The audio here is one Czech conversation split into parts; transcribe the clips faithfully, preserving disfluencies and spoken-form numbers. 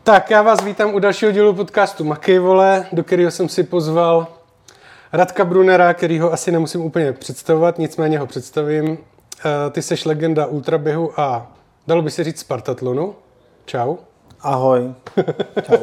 Tak já vás vítám u dalšího dílu podcastu Makej vole, do kterého jsem si pozval Radka Brunera, kterýho asi nemusím úplně představovat, nicméně ho představím. Ty seš legenda ultraběhu a dalo by se říct Spartatlonu. Čau. Ahoj. Čau.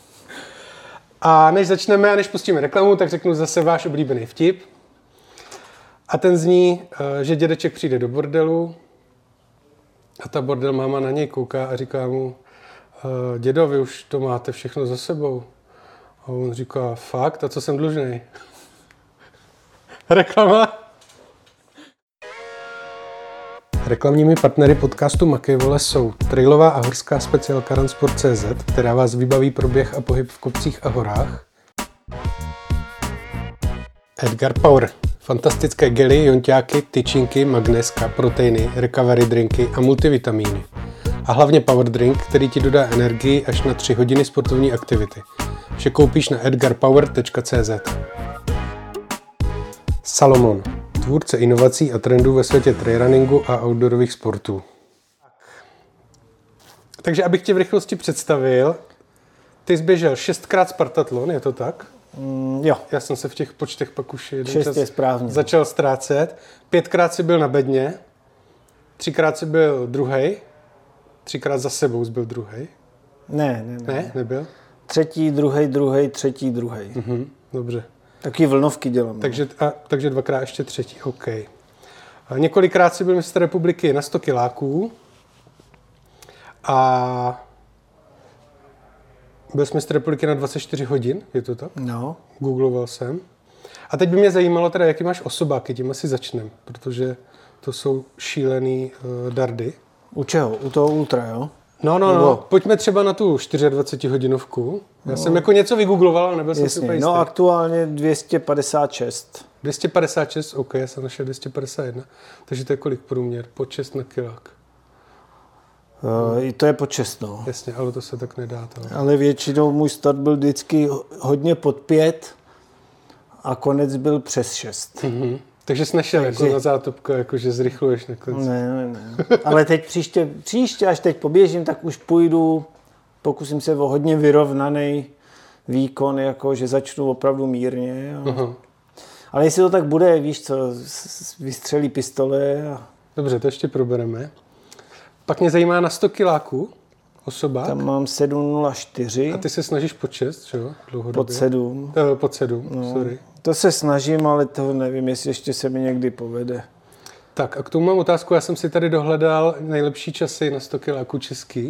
A než začneme a než pustíme reklamu, tak řeknu zase váš oblíbený vtip. A ten zní, že dědeček přijde do bordelu a ta bordel máma na něj kouká a říká mu: dědo, vy už to máte všechno za sebou. A on říká: fakt? A co jsem dlužnej? Reklama. Reklamními partnery podcastu Makej vole jsou trailová a horská speciálka Runsport tečka cé zet, která vás vybaví pro běh a pohyb v kopcích a horách. Edgar Power. Fantastické gely, jonťáky, tyčinky, magnéska, proteiny, recovery drinky a multivitamíny. A hlavně power drink, který ti dodá energii až na tři hodiny sportovní aktivity. Vše koupíš na edgar power tečka cé zet. Salomon. Tvůrce inovací a trendů ve světě trailrunningu a outdoorových sportů. Takže abych tě v rychlosti představil, ty jsi běžel šestkrát Spartatlon, je to tak? Mm, jo. Já jsem se v těch počtech pak už jeden Šest čas je správně. začal ztrácet. Pětkrát jsi byl na bedně, třikrát jsi byl druhej, třikrát za sebou jsi byl druhej. Ne, ne, ne. Ne, nebyl? Třetí, druhej, druhej, třetí, druhej. Mhm, dobře. Taky vlnovky dělám. Takže, a, takže dvakrát ještě třetí, OK. A několikrát jsi byl mistr republiky na sto kiláků a byl jsi mistr republiky na dvacet čtyři hodin, je to tak? No. Googloval jsem. A teď by mě zajímalo teda, jaký máš osobáky, tím asi začnem, protože to jsou šílený uh, dardy. U čeho? U toho ultra, jo? No, no, no, pojďme třeba na tu čtyřicetihodinovku. Já no. jsem jako něco vygoogloval, ale nebyl jsem si úplně jistý. No aktuálně dvě stě padesát šest. dvě stě padesát šest, OK, já jsem našel dvě stě padesát jedna. Takže to je kolik průměr? Pod šest na kilák. Uh, to je počest, no. Jasně, ale to se tak nedá. To. Ale většinou můj start byl vždycky hodně pod pět a konec byl přes šest. Mm-hmm. Takže jsi nešel Takže... jako na zátopku, jako že zrychluješ nakonec. Ne, ne, ne. Ale teď příště, příště, až teď poběžím, tak už půjdu, pokusím se o hodně vyrovnaný výkon, jako že začnu opravdu mírně. A... Uh-huh. Ale jestli to tak bude, víš co, vystřelí pistole. A... Dobře, to ještě probereme. Pak mě zajímá na sto kiláků osobák. Tam mám sedm nula čtyři. A ty se snažíš pod šest, čo? Dlouhodobě. Pod sedm. Eh, pod sedm, no, sorry. To se snažím, ale to nevím, jestli ještě se mi někdy povede. Tak a k tomu mám otázku. Já jsem si tady dohledal nejlepší časy na sto kiláků český.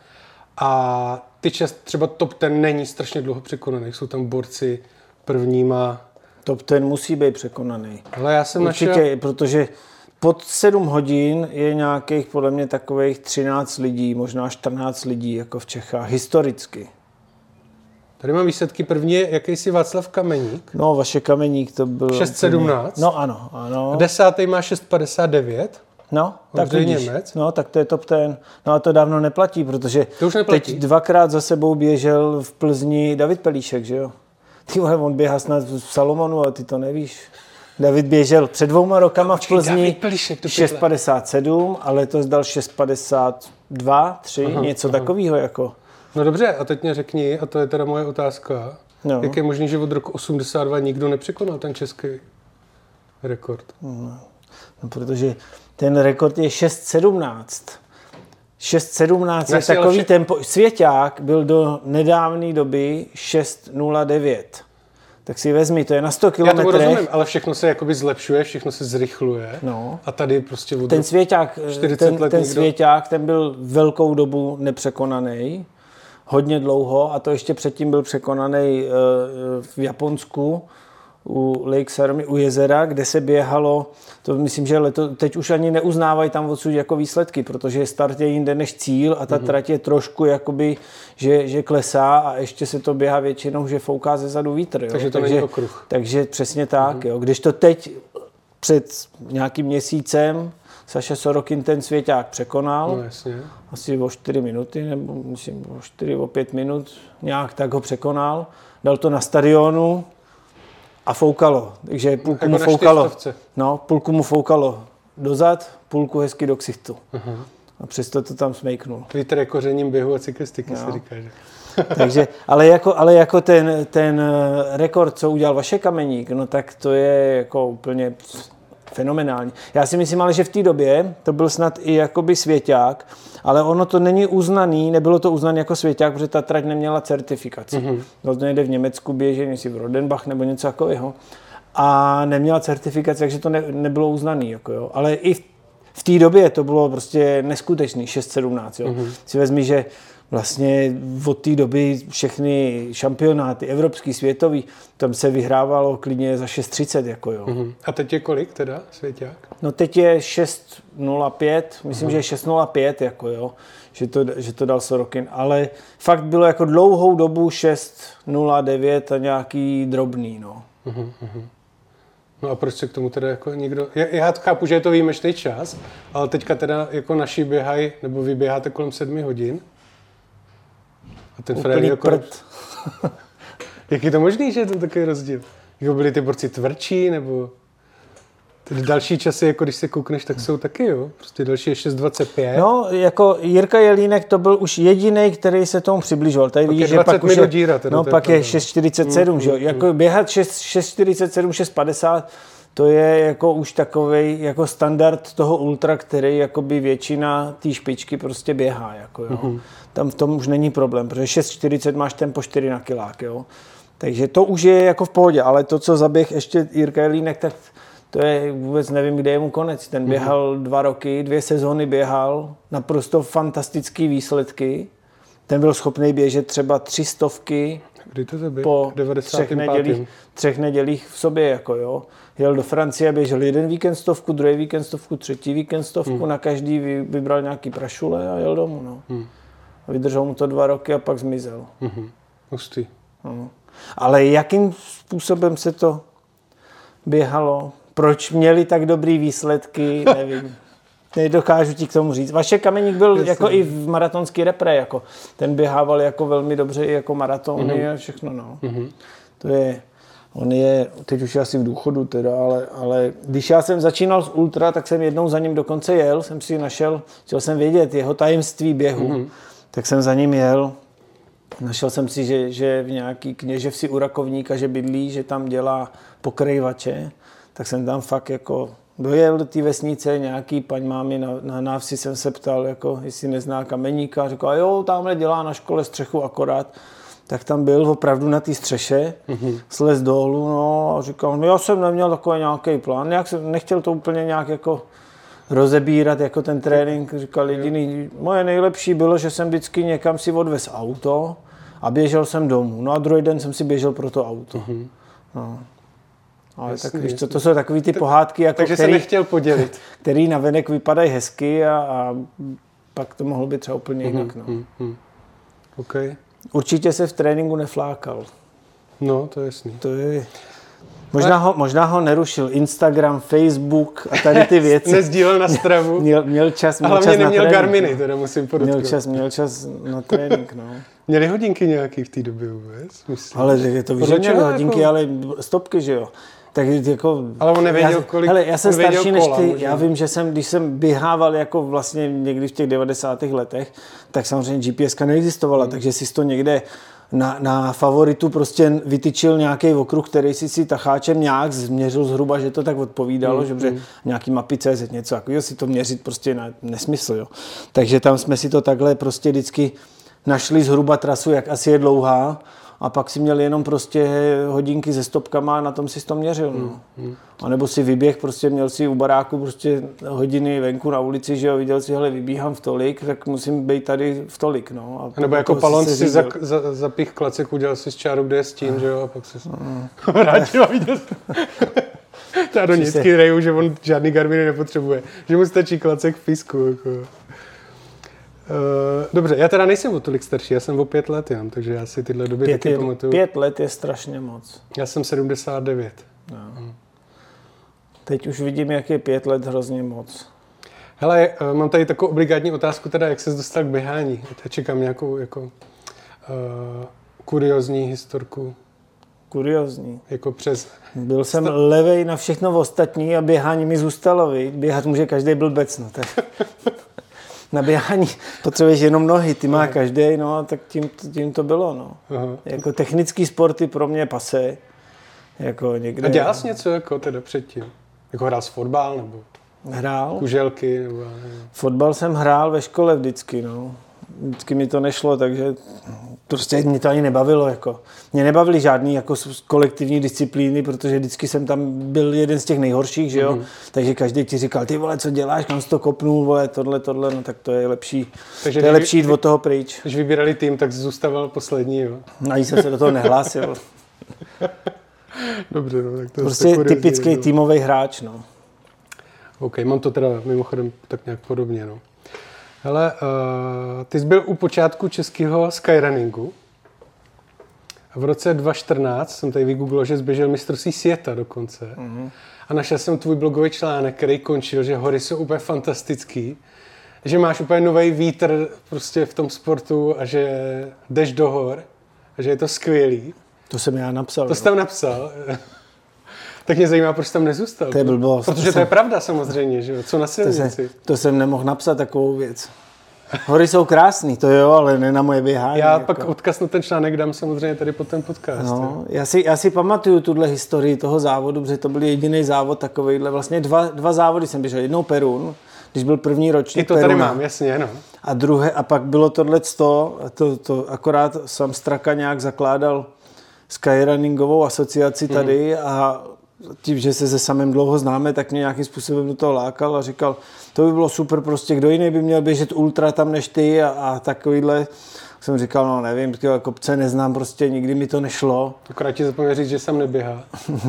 A ty čas, třeba top ten není strašně dlouho překonaný. Jsou tam borci prvníma. Top ten musí být překonaný. Ale já jsem Určitě, našel... protože pod sedm hodin je nějakých podle mě takových třináct lidí, možná čtrnáct lidí jako v Čechách, historicky. Tady mám výsledky. První je jakýsi Václav Kameník. No, vaše Kameník to byl... šest sedmnáct. No ano, ano. A desátý má šest padesát devět. No, tak vidíš. Němec. No, tak to je top ten. No a to dávno neplatí, protože to už neplatí. Teď dvakrát za sebou běžel v Plzni David Pelíšek, že jo? Ty vole, on běhá snad v Salomonu, ale ty to nevíš. David běžel před dvouma rokama v Plzni šest padesát sedm, ale letos dal šest padesát dva, tři, aha, něco aha. takového jako. No dobře, a teď mě řekni, a to je teda moje otázka, no. Jak je možný, že od roku osmdesát dva nikdo nepřekonal ten český rekord? No, no protože ten rekord je šest sedmnáct. šest sedmnáct je takový vše... tempo. Svěťák byl do nedávné doby šest nula devět. Tak si vezmi, to je na sto kilometrech. Já to rozumím, ale všechno se jakoby zlepšuje, všechno se zrychluje. No. A tady prostě od ten Svěťák, ten, let ten nikdo... Svěťák, ten byl velkou dobu nepřekonaný, hodně dlouho, a to ještě předtím byl překonaný uh, v Japonsku u Lake Sarami, u jezera, kde se běhalo, to myslím, že leto, teď už ani neuznávají tam odsud jako výsledky, protože start je jinde než cíl a ta mm-hmm. trať je trošku jakoby, že, že klesá a ještě se to běhá většinou, že fouká ze zadu vítr. Jo. Takže to takže, není okruh. Takže přesně tak. Mm-hmm. Jo. Když to teď před nějakým měsícem Saša Sorokin ten Svěťák překonal, no, jasně. asi o čtyři minuty, nebo myslím o čtyři, o pět minut, nějak tak ho překonal, dal to na stadionu a foukalo, takže půlku jako mu foukalo, no, půlku mu foukalo dozad, půlku hezky do ksichtu. Uh-huh. A přesto to tam smejknul. Vítr je kořením běhu a cyklistiky, no. Se říká, že? Takže, ale jako, ale jako ten, ten rekord, co udělal Vašek Kameník, no tak to je jako úplně fenomenální. Já si myslím, ale že v té době to byl snad i jakoby svěťák, ale ono to není uznaný, nebylo to uznané jako svěťák, protože ta trať neměla certifikaci. Mm-hmm. No to někde v Německu běží, jestli v Rodenbach nebo něco takového. A neměla certifikaci, takže to ne, nebylo uznaný. Jako jo. Ale i v, v té době to bylo prostě neskutečný, šest sedmnáct. Mm-hmm. Si vezmi, že vlastně od té doby všechny šampionáty, evropský, světový, tam se vyhrávalo klidně za šest třicet. Jako jo. Mm-hmm. A teď je kolik teda svěťák? No teď je šest nula pět, myslím, mm-hmm. že je šest nula pět, jako jo, že to, že to dal Sorokin, ale fakt bylo jako dlouhou dobu šest nula devět a nějaký drobný, no. Mm-hmm. No a proč se k tomu teda jako někdo... Já, já chápu, že je to výjimečný čas, ale teďka teda jako naši běhají, nebo vy běháte kolem sedmi hodin. A ten Frér jako... prd. Jak je to možný, že je to takový rozdíl? Jako byli ty borci tvrdší, nebo... Ty další časy, jako když se koukneš, tak jsou taky, jo? Prostě další je šest dvacet pět. No, jako Jirka Jelínek to byl už jedinej, který se tomu přibližoval. Tady vidíš, že pak už je, díra, no, pak je šest čtyřicet sedm, mm, že jo? Mm, jako běhat šest čtyřicet sedm, šest padesát, to je jako už takovej jako standard toho ultra, který jakoby většina té špičky prostě běhá, jako jo. Mm. Tam v tom už není problém, protože šest čtyřicet máš tempo čtyři na kilák, jo. Takže to už je jako v pohodě, ale to, co zaběh ještě Jirka Jelínek, tak to je vůbec nevím, kde je mu konec. Ten běhal mm. dva roky, dvě sezóny běhal, naprosto fantastický výsledky. Ten byl schopný běžet třeba tři stovky Kdy to zaběh? po třech nedělích, třech nedělích v sobě. Jako jo. Jel do Francie a běžel jeden víkend stovku, druhý víkend stovku, třetí víkend stovku, mm. na každý vybral nějaký prašule a jel domů. No. Mm. A vydržel mu to dva roky a pak zmizel. Mm-hmm. Hustý. No. Ale jakým způsobem se to běhalo? Proč měli tak dobrý výsledky, nevím. Nedokážu ti k tomu říct. Vašek Kameník byl Jasně. jako i v maratonský repre, jako. Ten běhával jako velmi dobře i jako maratony mm-hmm. a všechno, no. Mm-hmm. To je, on je, teď už je asi v důchodu teda, ale, ale když já jsem začínal s ultra, tak jsem jednou za ním dokonce jel, jsem si našel, chtěl jsem vědět jeho tajemství běhu, mm-hmm. tak jsem za ním jel. Našel jsem si, že, že v nějaký kněževsi u Rakovníka, že bydlí, že tam dělá pokrývače. Tak jsem tam fakt jako dojel do té vesnice, nějaký paň mámy na, na návsi jsem se ptal, jako, jestli nezná Kameníka. Řekl, a jo, tamhle dělá na škole střechu akorát. Tak tam byl opravdu na té střeše, mm-hmm. slez dolů, no a říkal, no já jsem neměl takový nějaký plán, nějak jsem nechtěl to úplně nějak jako rozebírat jako ten trénink. Říkal, jediný, moje nejlepší bylo, že jsem vždycky někam si odvez auto a běžel jsem domů. No a druhý den jsem si běžel pro to auto. Mm-hmm. No. Ale jasný, tak, víš, to, to jsou takový ty pohádky, jako takže který, se nechtěl podělit. Který navenek vypadají hezky a, a pak to mohlo být třeba úplně jinak. No. Mm, mm. Okay. Určitě se v tréninku neflákal. No, to je jasný. To je... Možná, ho, možná ho nerušil Instagram, Facebook a tady ty věci. Nezdílel na stravu. měl, měl čas, měl a hlavně čas neměl na Garminy, teda musím podotknout. Měl čas, měl čas na trénink, no. Měli hodinky nějaký v té době vůbec? Myslím. Ale je to víš, že měli hodinky, jako... ale stopky, že jo. Tak jako, ale on nevěděl, já, kolik, hele, já jsem starší než ty, možná. Já vím, že jsem, když jsem běhával jako vlastně někdy v těch devadesátých letech, tak samozřejmě G P S ka neexistovala, hmm. takže jsi to někde na, na favoritu prostě vytyčil nějaký okruh, který si si tacháčem nějak změřil zhruba, že to tak odpovídalo, hmm. že nějaký mapy C Z něco takového si to měřit prostě na nesmysl, jo. Takže tam jsme si to takhle prostě vždycky našli zhruba trasu, jak asi je dlouhá. A pak si měl jenom prostě hodinky se stopkama a na tom si to měřil. No. Mm, mm. A nebo si vyběh, prostě měl si u baráku prostě hodiny venku na ulici, že jo, viděl si, hele, vybíhám v tolik, tak musím být tady v tolik, no. A nebo jako Palon si, si za, za, zapích klacek, udělal si z čáru, kde je stín, že jo, a pak si mm. vrátil a viděl ta do nízký reju, že on žádný Garminy nepotřebuje, že mu stačí klacek v písku, jako. Uh, dobře, já teda nejsem o tolik starší, já jsem o pět let jen, takže já si tyhle doby pět taky je, pamatuju. Pět let je strašně moc. Já jsem sedmdesát devět. No. Hmm. Teď už vidím, jak je pět let hrozně moc. Hele, uh, mám tady takovou obligátní otázku, teda jak ses dostal k běhání. Já čekám nějakou jako uh, kuriozní historku. Kuriozní. Jako přes... Byl jsem Sta... levej na všechno ostatní a běhání mi zůstalo, viď? Běhat může každý blbec, no tak... na běhání potřebuješ jenom nohy, ty má každý, no a tak tím, tím to bylo, no. Aha. Jako technický sporty pro mě pasé. Jako někde... A dělal jsi něco jako teda předtím? Jako hrál jsi fotbal nebo hrál? Kuželky nebo... Fotbal jsem hrál ve škole vždycky, no. Vždycky mi to nešlo, takže prostě mě to ani nebavilo, jako. Mě nebavily žádný jako kolektivní disciplíny, protože vždycky jsem tam byl jeden z těch nejhorších, že jo. Mm-hmm. Takže každý ti říkal, ty vole, co děláš, kam jsi to kopnul, vole, tohle, tohle, no tak to je lepší. Takže to je lepší jít od toho pryč. Když vybírali tým, tak zůstával poslední, jo. Ani jsem se do toho nehlásil. Dobře, no, tak to prostě je typický no. týmový hráč, no. OK, mám to teda mimochodem tak nějak podobně, no. Hele, uh, ty jsi byl u počátku českého skyrunningu a v roce dva tisíce čtrnáct jsem tady vygooglil, že zběžel mistrovství světa dokonce mm-hmm. a našel jsem tvůj blogový článek, který končil, že hory jsou úplně fantastický, že máš úplně nový vítr prostě v tom sportu a že jdeš do hor a že je to skvělý. To jsem já napsal. To jsi tam napsal. Tak mě zajímá, proč tam nezůstal. To je blbost. Protože to, to jsem, je pravda samozřejmě, že jo? Co na silnici. To, se, to jsem nemohl napsat takovou věc. Hory jsou krásný, to jo, ale ne na moje běhání. Já jako. pak odkaz na ten článek dám samozřejmě tady po ten podcast. No, já, si, já si pamatuju tuhle historii toho závodu, protože to byl jediný závod takovejhle. Vlastně dva, dva závody jsem běžel. Jednou Perun, když byl první ročník I to Peruna. tady mám, jasně, no. A druhé, a pak bylo tohleto, to, to akorát sam Straka nějak zakládal skyrunningovou asociaci tady mm. a tím, že se se samým dlouho známe, tak mě nějakým způsobem do toho lákal a říkal, to by bylo super, prostě kdo jiný by měl běžet ultra tam než ty a, a takovýhle. Jsem říkal, no nevím, kopce neznám, prostě nikdy mi to nešlo. Akorát ti zapomněl říct, že sam neběhá.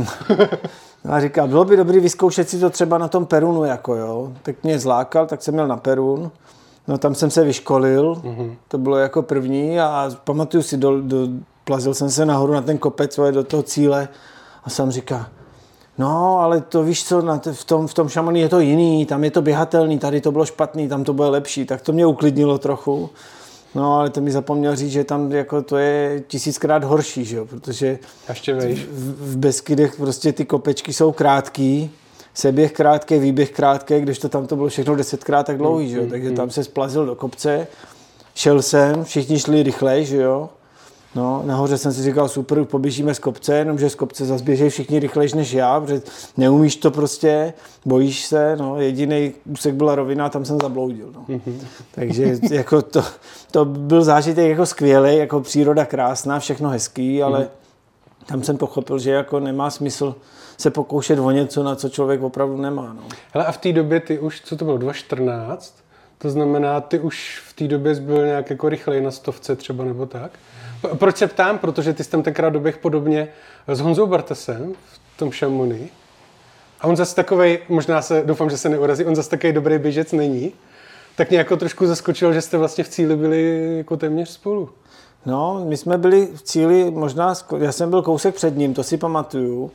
A říkal, bylo by dobrý vyzkoušet si to třeba na tom Perunu, jako jo. Tak mě zlákal, tak jsem měl na Perun. No tam jsem se vyškolil, mm-hmm. to bylo jako první a pamatuju si, do, do, plazil jsem se nahoru na ten kopec, do toho cíle a jsem říkal, no, ale to víš co, na t- v tom, v tom Chamonix je to jiný, tam je to běhatelný, tady to bylo špatný, tam to bude lepší, tak to mě uklidnilo trochu. No, ale to mi zapomněl říct, že tam jako to je tisíckrát horší, že jo, protože v, v Beskydech prostě ty kopečky jsou krátký, seběh krátký, výběh krátký, když to tam to bylo všechno desetkrát tak dlouhý, že jo, takže tam se splazil do kopce, šel jsem, všichni šli rychlej, že jo. No, nahoře jsem si říkal, super, poběžíme z kopce, jenomže z kopce zase běžejí všichni rychlejš než já, protože neumíš to prostě, bojíš se, no, jediný úsek byla rovina a tam jsem zabloudil, no. Mm-hmm. Takže jako to, to byl zážitek jako skvělý, jako příroda krásná, všechno hezký, ale mm-hmm. tam jsem pochopil, že jako nemá smysl se pokoušet o něco, na co člověk opravdu nemá, no. Hele, a v té době ty už, co to bylo, dva tisíce čtrnáct, to znamená, ty už v té době jsi byl nějak jako rychlej na stovce třeba nebo tak? Proč se ptám? Protože ty jsi tam tenkrát doběh podobně s Honzou Bartasem v tom Chamonix. A on zase takovej, možná se, doufám, že se neurazí, on zase takový dobrý běžec není. Tak mě jako trošku zaskočilo, že jste vlastně v cíli byli jako téměř spolu. No, my jsme byli v cíli, možná, já jsem byl kousek před ním, to si pamatuju,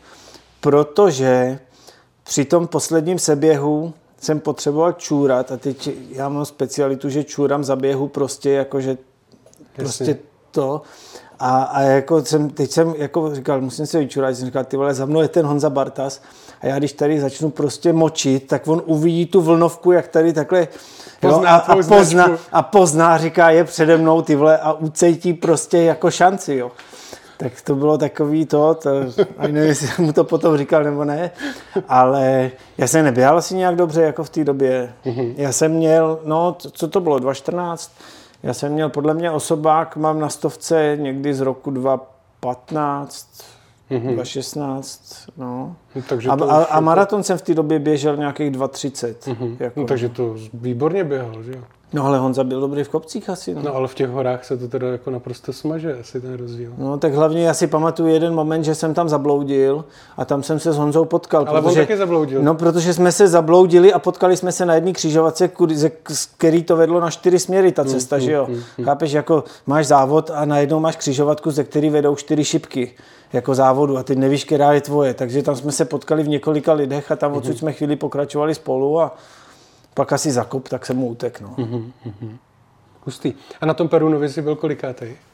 protože při tom posledním seběhu jsem potřeboval čůrat a teď já mám specialitu, že čůram za běhu prostě jakože prostě to. A, a jako jsem, teď jsem jako říkal, musím se vyčurat, jsem říkal, ty vole, za mnou je ten Honza Bartas a já když tady začnu prostě močit, tak on uvidí tu vlnovku, jak tady takhle pozná, jo, a, a, pozná, a pozná, říká, je přede mnou, ty vole, a ucejtí prostě jako šanci, jo. Tak to bylo takový to, to ani nevím, jestli jsem mu to potom říkal nebo ne, ale já jsem neběhal asi nějak dobře jako v té době. Mm-hmm. Já jsem měl, no, co to bylo, dva tisíce čtrnáct, já jsem měl podle mě osobák, mám na stovce někdy z roku dva tisíce patnáct, mm-hmm. dva tisíce šestnáct, no. no takže a, a, a maraton jsem v té době běžel nějakých dva třicet. Mm-hmm. Jako. No takže to výborně běhal, že jo? No ale Honza byl dobrý v kopcích asi. No. no ale v těch horách se to teda jako naprosto smaže, asi ten rozdíl. No tak hlavně já si pamatuju jeden moment, že jsem tam zabloudil a tam jsem se s Honzou potkal. Ale protože, on taky zabloudil. No protože jsme se zabloudili a potkali jsme se na jedné křižovatce, z který to vedlo na čtyři směry ta cesta, mm, že jo. Mm, mm, Chápeš, jako máš závod a najednou máš křižovatku, ze který vedou čtyři šipky jako závodu a ty nevíš, která je tvoje. Takže tam jsme se potkali v několika lidech a tam mm, odsud jsme chvíli pokračovali spolu a pak asi zakop, tak jsem mu utek, no. Mm, mm, Hustý. A na tom Perunovi jsi byl kolikátej?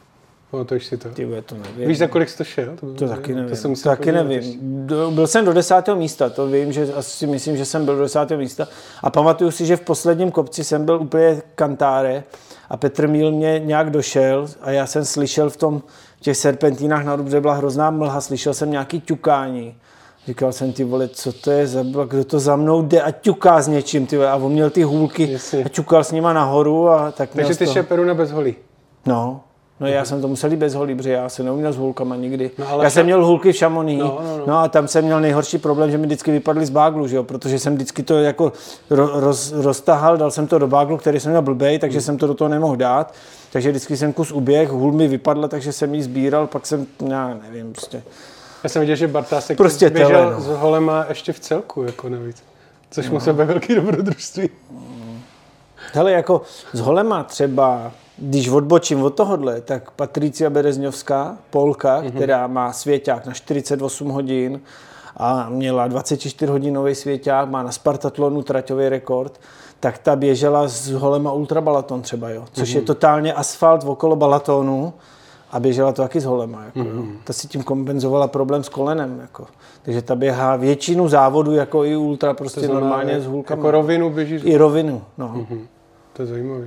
Pamatuješ si to? Tyhle, to nevím. Víš, za kolik jsi to šel? To, to taky nevím. To, jsem to taky nevím. Do, byl jsem do desátého místa, to vím, že asi myslím, že jsem byl do desátého místa. A pamatuju si, že v posledním kopci jsem byl úplně kantáre a Petr Míl mě nějak došel a já jsem slyšel v tom v těch serpentínách nahoru, protože byla hrozná mlha, slyšel jsem nějaký ťukání. Říkal jsem, ty vole, co to je za, kdo to za mnou jde a ťuká s něčím, ty vole. A on měl ty hůlky Jasně. a ťukal s nima nahoru a tak. Takže ty šel Peruna bez holí. No. No já jsem to musel jít bez holí, protože já se neuměl s hůlkama nikdy. No, já jsem měl hůlky v Chamonix, no, no, no. no a tam jsem měl nejhorší problém, že mi vždycky vypadly z báglu, že jo? Protože jsem vždycky to jako roz, roztahal, dal jsem to do báglu, který jsem měl blbej, takže mm. jsem to do toho nemohl dát. Takže vždycky jsem kus uběh, hůl mi vypadla, takže jsem ji sbíral, pak jsem, já nevím, prostě. Já jsem viděl, že Bartásek prostě běžel tele, no. s holema ještě v celku, jako navíc. Což no. musel být velký dobrodružství. Hele, jako s holema třeba, když odbočím od tohohle, tak Patricia Berezňovská, Polka, mm-hmm. která má svěťák na čtyřicet osm hodin a měla dvacet čtyři hodinový svěťák, má na Spartatlonu traťový rekord, tak ta běžela s holema ultrabalaton třeba, jo, což mm-hmm. je totálně asfalt okolo balatonu a běžela to taky s holema. Jako, mm-hmm. Ta si tím kompenzovala problém s kolenem. Jako. Takže ta běhá většinu závodu jako i ultra, prostě to normálně je, s hůlkama. Jako rovinu běžíš? I rovinu, no. Mm-hmm. To je zajímavý.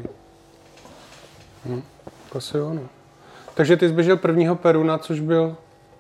Hm, asi jo, no. Takže ty jsi běžel prvního Peruna, což byl...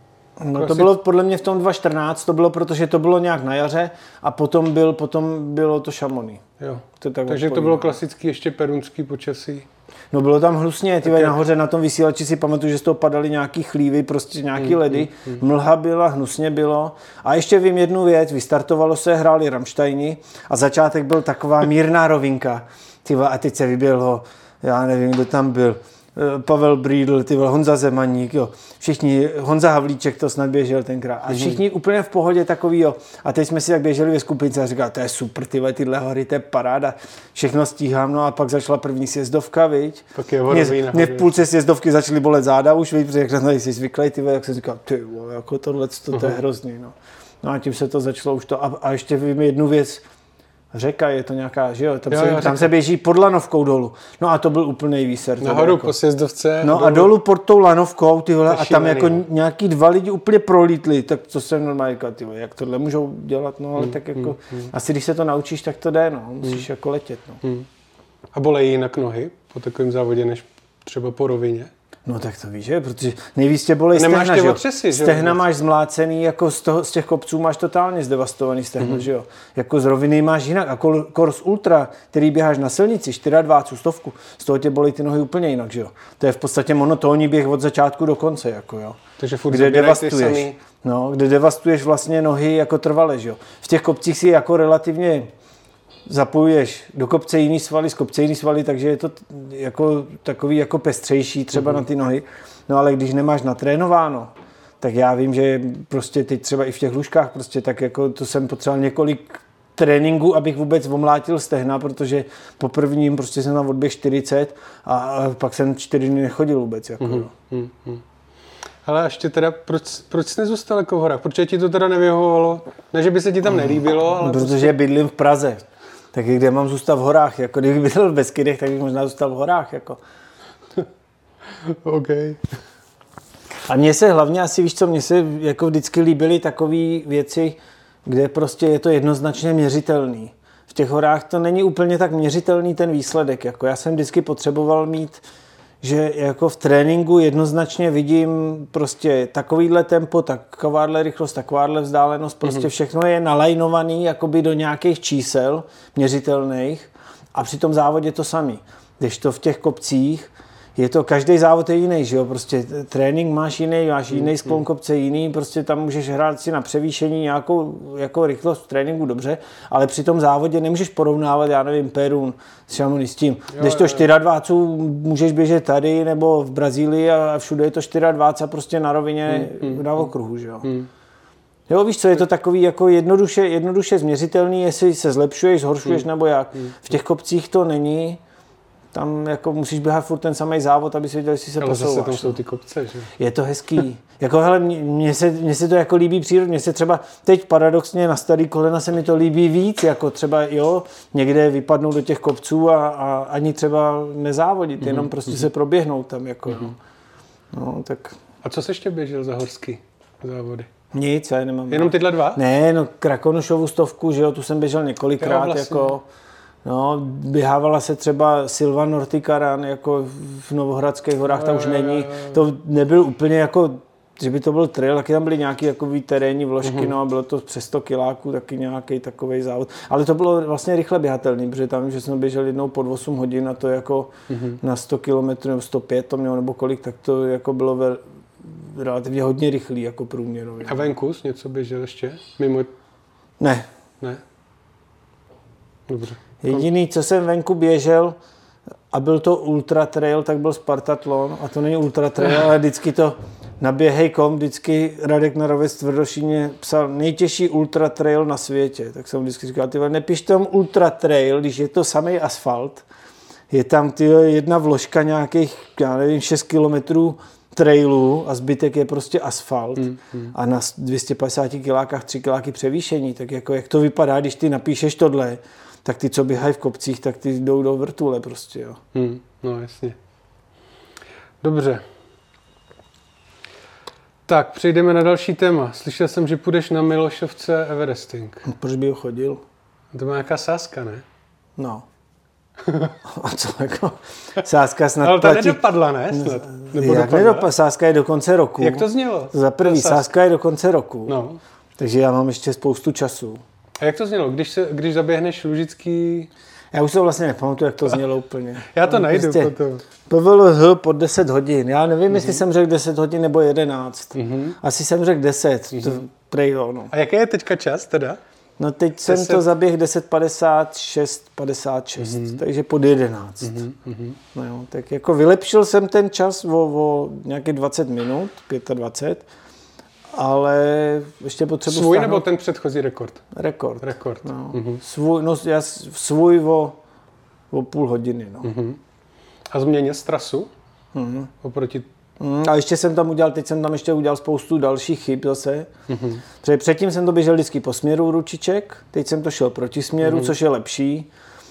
No to asi... bylo podle mě v tom dva tisíce čtrnáct, to bylo, protože to bylo nějak na jaře a potom, byl, potom bylo to Chamonix. Jo. To tak Takže odpovědě. To bylo klasický ještě perunský počasí. No bylo tam hnusně, ty nahoře na tom vysílači si pamatuju, že z toho padaly nějaký chlívy, prostě nějaký mm, ledy, mm, mm. mlha byla, hnusně bylo. A ještě vím jednu věc, vystartovalo se, hráli Rammsteini a začátek byl taková mírná rovinka. Tyva, a teď se vyběhlo, já nevím, kdo tam byl, Pavel Brídl, tyva, Honza Zemaník, jo. Všichni, Honza Havlíček to snad běžel tenkrát. A všichni mm. úplně v pohodě takový, jo. A teď jsme si tak běželi ve skupince a říkali, to je super, tyhle, tyhle hory, to je paráda. Všechno stíhám, no a pak začala první sjezdovka, viď. Pak je mě, mě v půlce sjezdovky začaly bolet záda už, viď, protože jak jsem jsi zvyklý, tyhle, jak jsem říkal, ty vole, jako tohle, to, to, to je hrozný, no. No a tím se to začalo už to. A, a ještě vím jednu věc, řeka je to nějaká, že jo, tam, jo, se, jo, tam se běží pod lanovkou dolů. No a to byl úplný výser. Nahoru jako. Po sjezdovce. No dolů. A dolů pod tou lanovkou, ty vole, a tam jako no. nějaký dva lidi úplně prolítli, tak co jsem normálně říkal, ty vole, jak tohle můžou dělat, no ale hmm, tak jako, hmm, hmm. asi když se to naučíš, tak to jde, no, musíš hmm. jako letět, no. Hmm. A bolejí jinak nohy po takovém závodě, než třeba po rovině? No tak to víš, že? Protože nejvíc tě bolej stehna, že jo? Otřesy, že stehna že? Máš zmlácený, jako z, toho, z těch kopců máš totálně zdevastovaný stehno, mm-hmm. že jo? Jako z roviny máš jinak. A kors ultra, který běháš na silnici, dvacet čtyři, stovku, z toho tě bolí ty nohy úplně jinak, že jo? To je v podstatě monotónní běh od začátku do konce, jako jo? Takže furt kde devastuješ, no, kde devastuješ vlastně nohy jako trvale, že jo? V těch kopcích si jako relativně zapojuješ do kopce jiný svaly, z kopce jiný svaly, takže je to jako takový jako pestřejší třeba mm-hmm. na ty nohy. No ale když nemáš natrénováno, tak já vím, že prostě teď třeba i v těch lůžkách prostě tak jako to jsem potřeboval několik tréninků, abych vůbec omlátil stehna, protože po prvním prostě jsem tam odběh čtyřicet a pak jsem čtyři dny nechodil vůbec. Jako, mm-hmm. Ale ještě teda, proč, proč jsi nezůstal jako v horách? Proč ti to teda nevyhovovalo? Ne, že by se ti tam nelíbilo, ale... Protože prostě... bydlím v Praze. Tak kde mám zůstat v horách? Jako kdybych bydlel v Beskydech, tak bych možná zůstal v horách. Jako. OK. A mně se hlavně asi, víš co, mně se jako vždycky líbily takové věci, kde prostě je to jednoznačně měřitelný. V těch horách to není úplně tak měřitelný ten výsledek. Jako já jsem vždycky potřeboval mít, že jako v tréninku jednoznačně vidím prostě takovýhle tempo, takováhle rychlost, takováhle vzdálenost, prostě všechno je nalajnovaný jakoby do nějakých čísel měřitelných a při tom závodě to samý. Když to v těch kopcích, je to, každý závod je jiný, že jo, prostě trénink máš jiný, máš jiný sklon kopce jiný, prostě tam můžeš hrát si na převýšení nějakou jako rychlost v tréninku dobře, ale při tom závodě nemůžeš porovnávat, já nevím, Perun s Chamonix s tím. Když to dvacet čtyři můžeš běžet tady nebo v Brazílii a všude je to dvacet čtyři prostě na rovině hmm, na okruhu, že jo. Hmm. Jo, víš co, je to takový jako jednoduše, jednoduše změřitelný, jestli se zlepšuješ, zhoršuješ hmm. nebo jak. Hmm. V těch kopcích to není. Tam jako musíš běhat furt ten samý závod, aby si věděl, jestli se ale posouváš. Ale zase tam jsou ty kopce, že? Je to hezký. Jako hele, mně se, mně se to jako líbí přírodně. Mně se třeba teď paradoxně na starý kolena se mi to líbí víc, jako třeba jo, někde vypadnout do těch kopců a, a ani třeba nezávodit, mm-hmm. jenom prostě mm-hmm. se proběhnout tam jako. Mm-hmm. No, tak... A co jsi ještě běžel za horský závody? Nic, já nemám. Jenom tyhle dva? Ne, no Krakonošovu stovku, že jo, tu jsem běžel několikrát, jo, vlastně. jako... No, běhávala se třeba Silva Nortikaran, jako v Novohradských horách, ta už není. To nebyl úplně jako, že by to byl trail, taky tam byly nějaký jakový terénní vložky, uh-huh. no a bylo to přes sto kiláků, taky nějaký takovej závod. Ale to bylo vlastně rychle běhatelný, protože tam, že jsme běželi jednou pod osm hodin a to jako uh-huh. na sto kilometrů nebo sto pět to mělo, nebo kolik, tak to jako bylo ve, relativně hodně rychlý, jako průměrově. A venku něco běžel ještě? Mimo... Ne. Ne? Dobře. Jediný, co jsem venku běžel, a byl to ultra trail, tak byl Spartatlon. A to není ultra trail, ale vždycky to na běhej tečka com, vždycky Radek Narovec Tvrdošíně psal nejtěžší ultra trail na světě. Tak jsem vždycky říkal, ty nepiš tam ultra trail, když je to samý asfalt. Je tam ty jedna vložka nějakých, já nevím, šest kilometrů trailu a zbytek je prostě asfalt. Hmm, hmm. A na dvě stě padesát kilákách tři kiláky převýšení. Tak jako jak to vypadá, když ty napíšeš tohle, tak ty, co běhají v kopcích, tak ty jdou do vrtule prostě, jo. Hmm, no jasně. Dobře. Tak, přejdeme na další téma. Slyšel jsem, že půjdeš na Milošovce Everesting. Proč by ho chodil? To má nějaká sázka, ne? No. A co jako? Sázka snad ale ta platí... nedopadla, ne? Snad. Nebo Jak nedopadla? Sázka je do konce roku. Jak to znělo? Za prvý, sázka je do konce roku. No. Takže já mám ještě spoustu času. A jak to znělo? Když, se, když zaběhneš Lužický... Já už to vlastně nepamatuju, jak to znělo úplně. Já to no, najdu prostě potom. P V L H pod deset hodin. Já nevím, mm-hmm. jestli jsem řekl deset hodin nebo jedenáct. Mm-hmm. Asi jsem řekl deset. Mm-hmm. To, prej, jo, no. A jaký je teďka čas teda? No teď deset... jsem to zaběhl deset padesát šest padesát šest, mm-hmm. takže pod jedenáct. Mm-hmm. No jo, tak jako vylepšil jsem ten čas o, o nějaké dvacet minut, dvacet pět, ale ještě potřebuji svůj stáhnout... nebo ten předchozí rekord? Rekord. Rekord. No. Mm-hmm. Svůj, no já svůj o, o půl hodiny, no. Mm-hmm. A změnil jsi trasu? Mm-hmm. Oproti... Mm, a ještě jsem tam udělal, teď jsem tam ještě udělal spoustu dalších chyb zase. Mm-hmm. Protože předtím jsem to běžel vždycky po směru ručiček, teď jsem to šel proti směru, mm-hmm. což je lepší.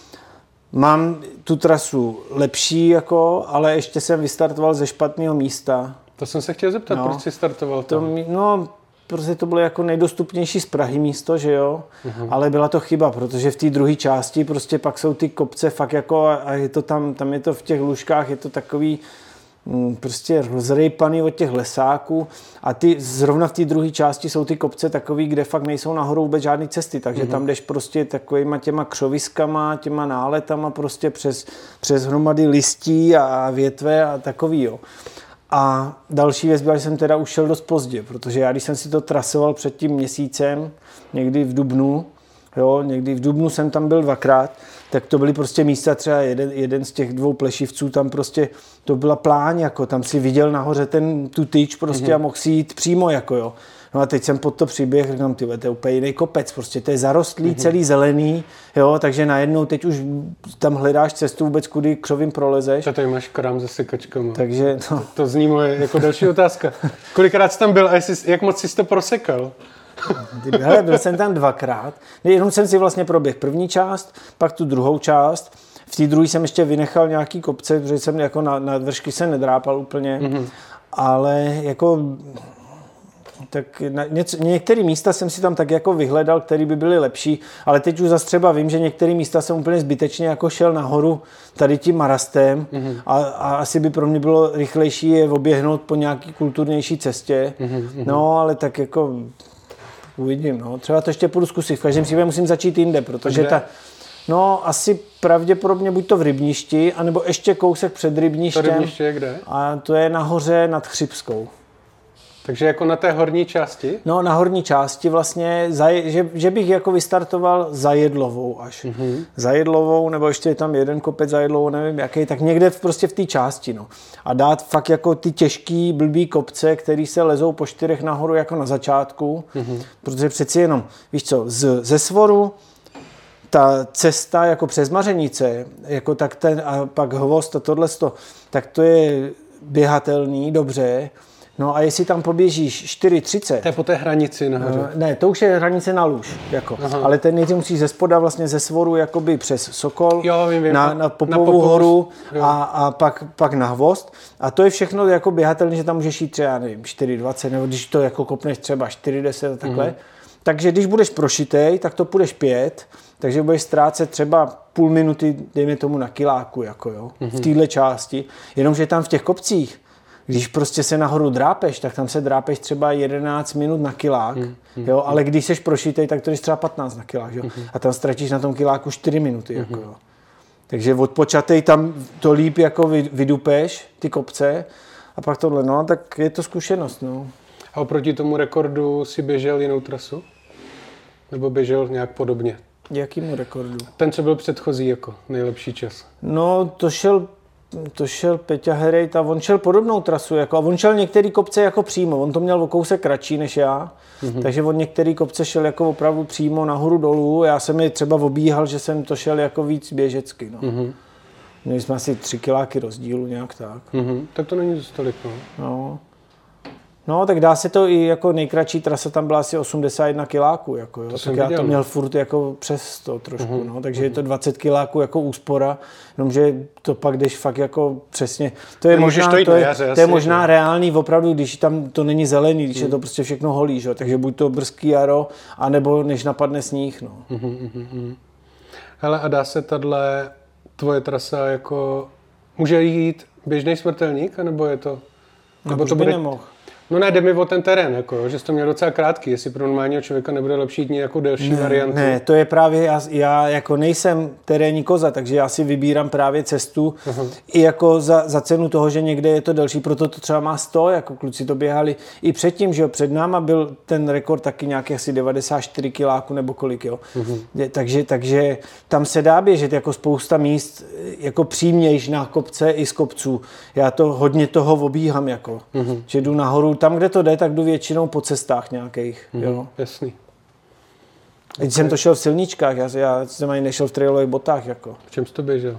Mám tu trasu lepší, jako, ale ještě jsem vystartoval ze špatného místa. To jsem se chtěl zeptat, no. Proč jsi startoval tam? To, no, protože to bylo jako nejdostupnější z Prahy místo, že jo, uh-huh. ale byla to chyba, protože v té druhé části prostě pak jsou ty kopce fakt jako a je to tam, tam je to v těch lůžkách, je to takový m, prostě rozrejpaný od těch lesáků a ty zrovna v té druhé části jsou ty kopce takový, kde fakt nejsou nahoru vůbec žádný cesty, takže uh-huh. tam jdeš prostě takovýma těma křoviskama, těma náletama prostě přes, přes hromady listí a větve a takový, jo. A další věc byla, že jsem teda už šel dost pozdě, protože já, když jsem si to trasoval před tím měsícem, někdy v dubnu, jo, někdy v dubnu jsem tam byl dvakrát, tak to byly prostě místa, třeba jeden, jeden z těch dvou plešivců, tam prostě to byla pláň, jako tam si viděl nahoře ten, tu tyč prostě mm-hmm. a mohl si jít přímo, jako jo. No a teď jsem pod to přiběh, říkám, ty, to je úplně jiný kopec, prostě to je zarostlý, mm-hmm. celý zelený, jo, takže najednou teď už tam hledáš cestu vůbec, kudy křovím prolezeš. To tady máš krám se sekačkama. Takže no. to, to zní moje jako další otázka. Kolikrát jsi tam byl a jsi, jak moc jsi to prosekal? Hele, byl jsem tam dvakrát, jenom jsem si vlastně proběhl první část, pak tu druhou část. V té druhé jsem ještě vynechal nějaký kopce, protože jsem jako na, na vršky se nedrápal úplně, mm-hmm. ale jako... Tak na něco, některé místa jsem si tam tak jako vyhledal, které by byly lepší, ale teď už zase třeba vím, že některé místa jsem úplně zbytečně jako šel nahoru tady tím marastem mm-hmm. a, a asi by pro mě bylo rychlejší je oběhnout po nějaký kulturnější cestě, mm-hmm. no ale tak jako uvidím, no. Třeba to ještě půjdu zkusit, v každém případě musím začít jinde, protože ta, no asi pravděpodobně buď to v Rybništi, anebo ještě kousek před Rybništěm. To Rybniště je kde? A to je nahoře nad Chřibskou. Takže jako na té horní části? No, na horní části vlastně, za, že, že bych jako vystartoval za Jedlovou až. Mm-hmm. Za Jedlovou, nebo ještě je tam jeden kopec za Jedlovou, nevím jaký, tak někde v, prostě v té části, no. A dát fakt jako ty těžký, blbý kopce, který se lezou po čtyřech nahoru jako na začátku, mm-hmm. protože přeci jenom, víš co, z, ze Svoru ta cesta jako přes Mařenice, jako tak ten, a pak Hvost a tohleto, tak to je běhatelný, dobře. No a jestli tam poběžíš čtyři třicet... To je po té hranici nahoře. Uh, ne, to už je hranice na lůž. Jako. Ale ten nejdřív musíš ze spoda vlastně ze svoru jakoby přes Sokol jo, vím, vím. na, na Popovu na horu a, a pak, pak na Hvozd. A to je všechno jako běhatelné, že tam můžeš jít třeba, nevím, čtyři dvacet, nebo když to jako kopneš třeba čtyři deset a takhle. Uh-huh. Takže když budeš prošitej, tak to půjdeš pět, takže budeš ztrácet třeba půl minuty, dejme tomu na kiláku, jako jo, uh-huh. v téhle části. Jenomže tam v těch kopcích, když prostě se nahoru drápeš, tak tam se drápeš třeba jedenáct minut na kilák, mm, mm, jo, ale když seš prošitej, tak to jdeš třeba patnáct na kilák, jo, mm. a tam ztratíš na tom kiláku čtyři minuty, mm. jako jo. Takže odpočatej tam to líp jako vydupeš, ty kopce, a pak tohle, no, tak je to zkušenost, no. A oproti tomu rekordu si běžel jinou trasu? Nebo běžel nějak podobně? Jakýmu rekordu? Ten, co byl předchozí jako nejlepší čas. No, to šel To šel Peťa Herejt a on šel podobnou trasu. Jako, a on šel některé kopce jako přímo. On to měl o kousek kratší než já. Mm-hmm. Takže on některé kopce šel jako opravdu přímo nahoru dolů. Já jsem je třeba obíhal, že jsem to šel jako víc běžecky. No. Mm-hmm. Měli jsme asi tři kiláky rozdílu, nějak tak. Mm-hmm. Tak to není dost tolik, no. no. No, tak dá se to i jako nejkratší trasa tam byla asi osmdesát jedna kiláků, jako jo. To tak já viděl, to měl furt jako přes to trošku, uh-huh, no, takže uh-huh. je to dvacet kiláků jako úspora, jenomže to pak jdeš fakt jako přesně, to je možná, to, to, je, jaře, to je možná je. reálný opravdu, když tam to není zelený, když uh-huh. je to prostě všechno holý, že? Takže buď to brzký jaro, anebo než napadne sníh, no. Uh-huh, uh-huh. Hele, a dá se tahle tvoje trasa jako, může jít běžný smrtelník, anebo je to? Nebo no, to by bude... nemohl. No ne, jde mi o ten terén, jako, že jsi to měl docela krátký, jestli pro normálního člověka nebude lepší jít nějakou delší ne, variantu. Ne, to je právě, já, já jako nejsem terénní koza, takže já si vybírám právě cestu uh-huh. i jako za, za cenu toho, že někde je to delší, proto to třeba má sto, jako kluci to běhali i předtím, že jo, před náma byl ten rekord taky nějaký asi devadesát čtyři kiláků nebo kolik, jo. Uh-huh. Takže, takže tam se dá běžet jako spousta míst, jako přímějš na kopce i z kopců. Já to hodně toho obíhám, jako, uh-huh. že jdu nahoru. Tam, kde to jde, tak jdu většinou po cestách nějakých. Mm, jo. Jasný. Když okay. jsem to šel v silničkách, já, já jsem ani nešel v trailových botách. Jako. V čem jsi to běžel?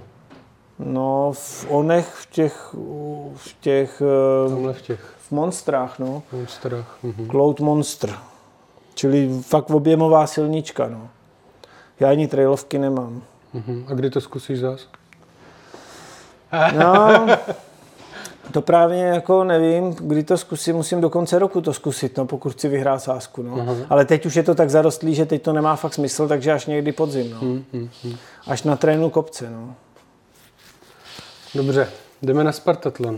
No, v onech, v těch... V těch... Tamhle v těch... V monstrách, no. Monstrách. Mhm. Cloud Monster. Čili fakt objemová silnička, no. Já ani trailovky nemám. Mhm. A kdy to zkusíš zás? No... To právě jako nevím, kdy to zkusím, musím do konce roku to zkusit, no, pokud chci vyhrát sázku. No. Ale teď už je to tak zarostlý, že teď to nemá fakt smysl, takže až někdy podzim. No. Hmm, hmm, hmm. Až na trénu kopce. No. Dobře, jdeme na Spartatlon.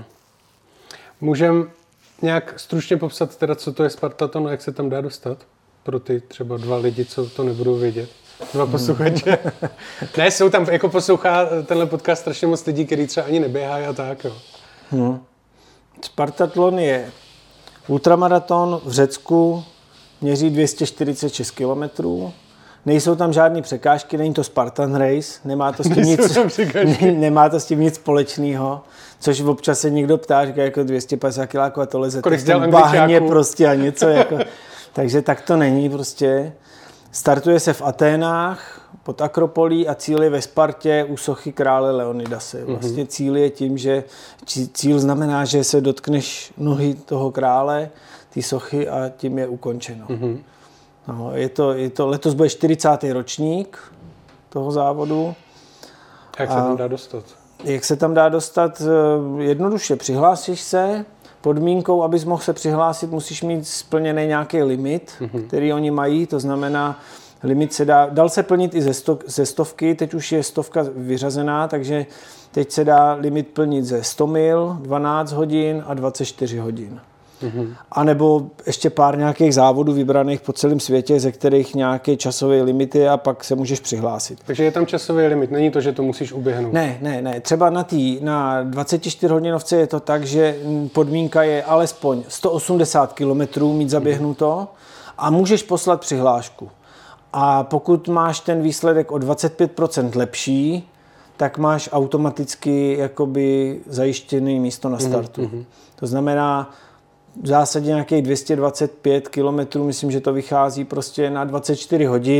Můžem nějak stručně popsat teda, co to je Spartatlon a jak se tam dá dostat? Pro ty třeba dva lidi, co to nebudou vědět. Dva posluchače. Hmm. Ne, jsou tam, jako poslouchá tenhle podcast strašně moc lidí, kteří třeba ani neběhají a tak, jo. Hmm. Spartatlon je ultramaraton v Řecku, měří dvě stě čtyřicet šest kilometrů. Nejsou tam žádné překážky, není to Spartan Race, nemá to s tím, nic, ne, nemá to s tím nic společného. Což občas se někdo ptá, říká jako dvě stě padesát kiláků a to lezete v tom bahně prostě a něco. Jako, takže tak to není prostě. Startuje se v Aténách pod Akropolí a cíl je ve Spartě u sochy krále Leonidase. Vlastně cíl je tím, že cíl znamená, že se dotkneš nohy toho krále, ty sochy a tím je ukončeno. Mm-hmm. No, je to, je to, letos bude čtyřicátý ročník toho závodu. Jak se tam dá dostat? Jak se tam dá dostat? Jednoduše přihlásíš se. Podmínkou, abys mohl se přihlásit, musíš mít splněný nějaký limit, mm-hmm. který oni mají, to znamená, limit se dá, dal se plnit i ze, sto, ze stovky, teď už je stovka vyřazená, takže teď se dá limit plnit ze sto mil, dvanáct hodin a dvacet čtyři hodin. Mm-hmm. A nebo ještě pár nějakých závodů vybraných po celém světě, ze kterých nějaké časové limity a pak se můžeš přihlásit. Takže je tam časový limit, není to, že to musíš uběhnout? Ne, ne, ne. Třeba na tý, na dvacet čtyři hodinovce je to tak, že podmínka je alespoň sto osmdesát kilometrů mít zaběhnuto a můžeš poslat přihlášku. A pokud máš ten výsledek o dvacet pět procent lepší, tak máš automaticky jakoby zajištěný místo na startu. Mm-hmm. To znamená, v zásadě nějakých dvě stě dvacet pět kilometrů, myslím, že to vychází prostě na dvacet čtyři hodin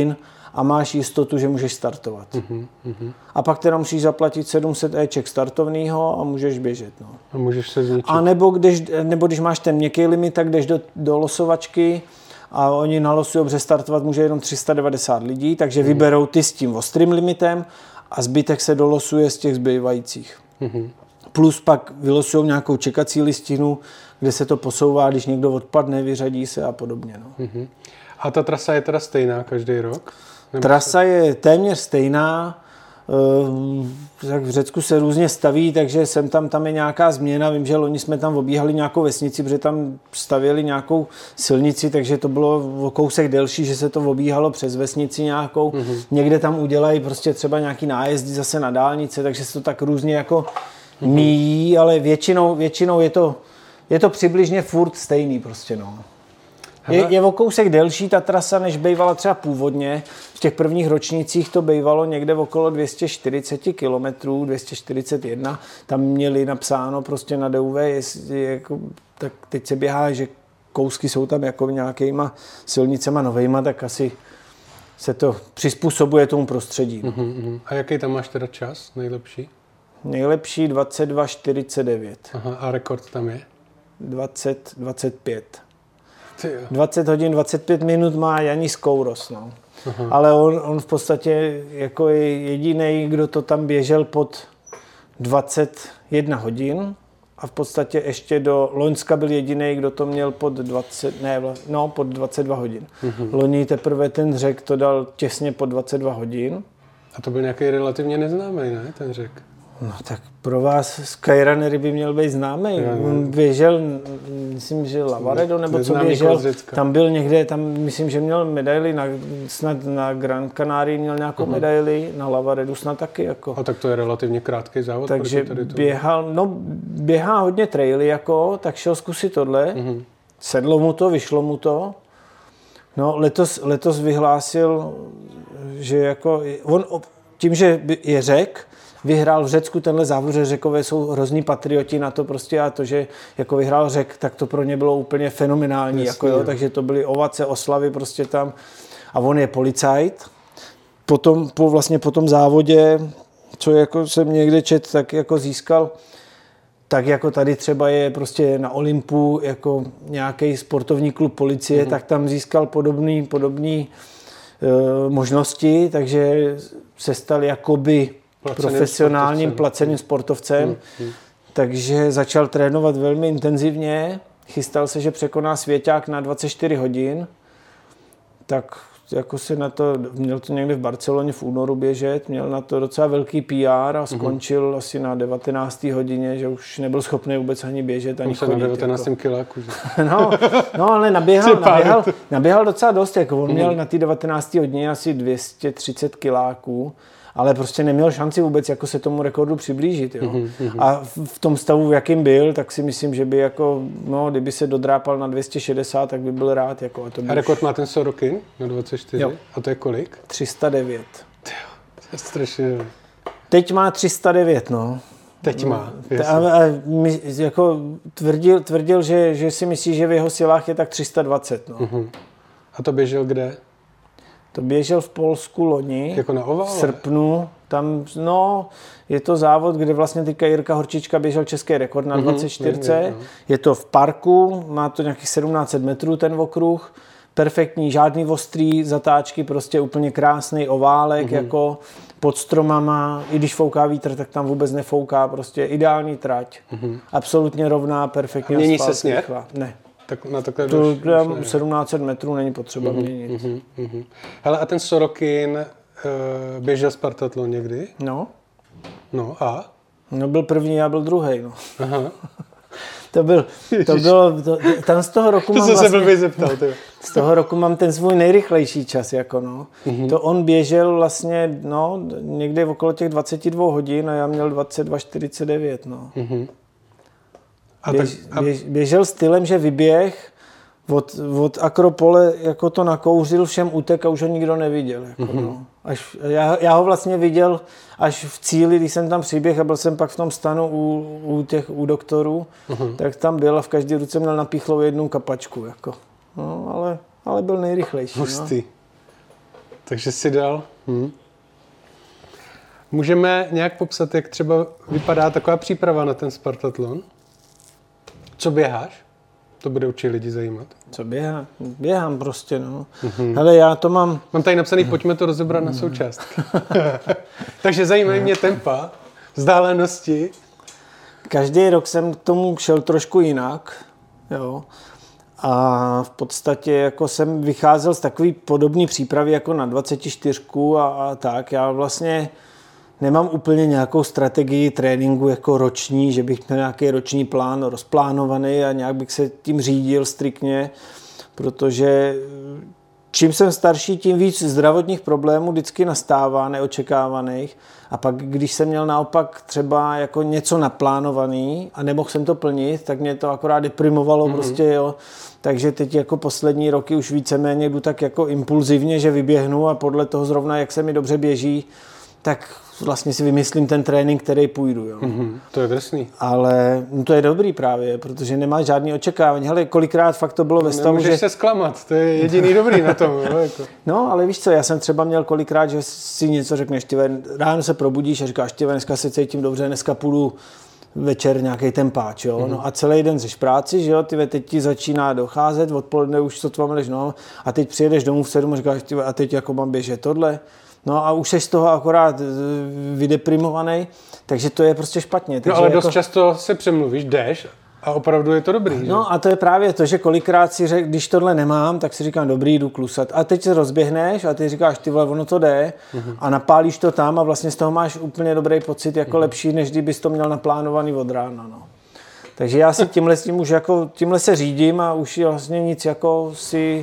a máš jistotu, že můžeš startovat. Uh-huh, uh-huh. A pak teda musíš zaplatit sedm set éček startovního a můžeš běžet. No. A můžeš se zničit. A nebo když, nebo když máš ten měkký limit, tak jdeš do, do losovačky a oni nalosují, protože startovat může jenom tři sta devadesát lidí, takže uh-huh. vyberou ty s tím ostrým limitem a zbytek se dolosuje z těch zbývajících. Uh-huh. Plus pak vylosují nějakou čekací listinu, kde se to posouvá, když někdo odpadne, vyřadí se a podobně. No. Uh-huh. A ta trasa je teda stejná každý rok? Nebo trasa je téměř stejná, tak v Řecku se různě staví, takže sem tam, tam je nějaká změna. Vím, že loni jsme tam obíhali nějakou vesnici, protože tam stavěli nějakou silnici, takže to bylo o kousek delší, že se to obíhalo přes vesnici nějakou. Mm-hmm. Někde tam udělají prostě třeba nějaký nájezdy zase na dálnice, takže se to tak různě jako mm-hmm. míjí, ale většinou, většinou je to, je to přibližně furt stejný prostě, no. Je, je o kousek delší ta trasa, než bývala třeba původně. V těch prvních ročnících to bývalo někde okolo dvě stě čtyřicet kilometrů, dvě stě čtyřicet jedna. Tam měli napsáno prostě na D U V, jestli, jako, tak teď se běhá, že kousky jsou tam jako nějakýma silnicema novejma, tak asi se to přizpůsobuje tomu prostředí. No. Uh-huh. A jaký tam máš teda čas nejlepší? Nejlepší dvacet dva čtyřicet devět. Aha, a rekord tam je? dvacet dvacet pět. dvacet hodin, dvacet pět minut má Janis Kouros, no. Ale on, on v podstatě jako je jediný, kdo to tam běžel pod dvacet jedna hodin a v podstatě ještě do Loňska byl jediný, kdo to měl pod dvacet, ne, no, pod dvacet dva hodin. Uh-huh. Loni teprve ten Řek to dal těsně pod dvacet dva hodin. A to byl nějaký relativně neznámý, ne, ten Řek? No tak pro vás skyrunnery by měl být známý. On běžel, myslím, že Lavaredo, nebo co běžel, tam byl někde, tam myslím, že měl medaily, na, snad na Gran Canaria měl nějakou uh-huh. medaili, na Lavaredu snad taky. Jako. A tak to je relativně krátký závod. Takže tady to... běhal, no běhá hodně traily, jako, tak šel zkusit tohle, uh-huh. sedlo mu to, vyšlo mu to. No letos, letos vyhlásil, že jako, on tím, že je Řek, vyhrál v Řecku tenhle závod, že Řekové jsou hrozný patrioti na to prostě a to, že jako vyhrál Řek, tak to pro ně bylo úplně fenomenální, jasný, jako jo, takže to byly ovace, oslavy prostě tam a on je policajt. Potom, po, vlastně po tom závodě, co jako jsem někde čet, tak jako získal, tak jako tady třeba je prostě na Olympu jako nějaký sportovní klub policie, mm-hmm. tak tam získal podobný, podobný e, možnosti, takže se stal jakoby placeným profesionálním sportovcem. placeným sportovcem, hmm. takže začal trénovat velmi intenzivně, chystal se, že překoná svěťák na dvacet čtyři hodin, tak jako se na to, měl to někde v Barceloně v únoru běžet, měl na to docela velký P R a skončil hmm. asi na devatenácté hodině, že už nebyl schopný vůbec ani běžet, ani chodit. Na devatenáctém jako. kiláku, že? no, no, ale naběhal, naběhal, naběhal docela dost, jako on hmm. měl na té devatenácté hodině asi dvě stě třicet kiláků, ale prostě neměl šanci vůbec jako se tomu rekordu přiblížit. Jo. Mm-hmm. A v tom stavu, v jakým byl, tak si myslím, že by jako, no, kdyby se dodrápal na dvě stě šedesát, tak by byl rád. Jako, a, to a rekord má ten Sorokin na dvacet čtyři? Jo. A to je kolik? tři sta devět. Tyjo, to je strašně... Teď má tři sta devět, no. Teď má. A, a my, jako tvrdil, tvrdil že, že si myslí, že v jeho silách je tak tři sta dvacet. No. Mm-hmm. A to běžel kde? To běžel v Polsku loni, jako na ovále. V srpnu. Tam, no, je to závod, kde vlastně teďka Jirka Horčička běžel český rekord na mm-hmm, dvacet čtyři. Je, je, je to v parku, má to nějakých sedmnáct set metrů ten okruh. Perfektní, žádný ostrý zatáčky, prostě úplně krásný oválek, mm-hmm. jako pod stromama. I když fouká vítr, tak tam vůbec nefouká, prostě ideální trať. Mm-hmm. Absolutně rovná, perfektní. A mění se směr? Ne. Tak na takhle to tam sedmnáct set metrů není potřeba mm-hmm, měnit. Mm-hmm, mm-hmm. Hele, a ten Sorokin uh, běžel Spartatlon někdy? No. No a? No byl první, já byl druhej, no. Aha. to byl, to bylo, to, tam z toho roku to mám jsem vlastně, se blbě zeptal, tyjo. Z toho roku mám ten svůj nejrychlejší čas, jako no. Mm-hmm. To on běžel vlastně, no, někde okolo těch dvacet dva hodin a já měl dvacet dva čtyřicet devět, no. Mm-hmm. A Běž, tak, a... běž, běžel stylem, že vyběh od, od Akropole, jako to nakouřil, všem utek a už ho nikdo neviděl. Jako, mm-hmm. no. Až, já, já ho vlastně viděl až v cíli, když jsem tam přiběh a byl jsem pak v tom stanu u, u těch u doktorů, mm-hmm. tak tam byl a v každé ruce měl napíchlou jednu kapačku. Jako. No, ale, ale byl nejrychlejší. Hustý. Takže si dal. Hm. Můžeme nějak popsat, jak třeba vypadá taková příprava na ten Spartatlon? Co běháš? To bude určitě lidi zajímat. Co běhám? Běhám prostě, no. Mm-hmm. Hele, já to mám... Mám tady napsaný, pojďme to rozebrat na součástky. Takže zajímají mě tempa, vzdálenosti. Každý rok jsem k tomu šel trošku jinak, jo. A v podstatě jako jsem vycházel z takový podobný přípravy jako na dvacet čtyři a, a tak. Já vlastně nemám úplně nějakou strategii tréninku jako roční, že bych měl nějaký roční plán rozplánovaný a nějak bych se tím řídil striktně, protože čím jsem starší, tím víc zdravotních problémů vždycky nastává, neočekávaných. A pak, když jsem měl naopak třeba jako něco naplánovaný a nemohl jsem to plnit, tak mě to akorát deprimovalo mm-hmm. prostě, jo. Takže teď jako poslední roky už víceméně jdu tak jako impulzivně, že vyběhnu a podle toho zrovna, jak se mi dobře běží, tak vlastně si vymyslím ten trénink, který půjdu. Jo. Mm-hmm, to je drsný. Ale no to je dobrý právě, protože nemá žádný očekávání. Hele, kolikrát fakt to bylo ve stavu, Nemůžeš že... se zklamat, to je jediný dobrý na tom. Jo, jako. No, ale víš co, já jsem třeba měl kolikrát, že si něco řekneš, tyve, ráno se probudíš a říkáš, tyve, dneska se cítím dobře, dneska půjdu večer nějaký tempáč, jo. Mm-hmm. No a celý den jsi v práci, že jo, tyve, teď ti začíná docházet, odpoledne už to tvám jdeš, no, a teď přijedeš domů v sedm a říkáš, tyve, a teď jako mám běžet tohle. No a už jsi z toho akorát vydeprimovaný, takže to je prostě špatně. Takže no ale jako... dost často se přemluvíš, jdeš a opravdu je to dobrý. Že? No a to je právě to, že kolikrát si řek, když tohle nemám, tak si říkám, dobrý, jdu klusat. A teď se rozběhneš a ty říkáš, ty vole, ono to jde uh-huh. a napálíš to tam a vlastně z toho máš úplně dobrý pocit, jako uh-huh. lepší, než kdybys to měl naplánovaný od rána. No. Takže já si tímhle, s tím už jako, tímhle se řídím a už vlastně nic jako si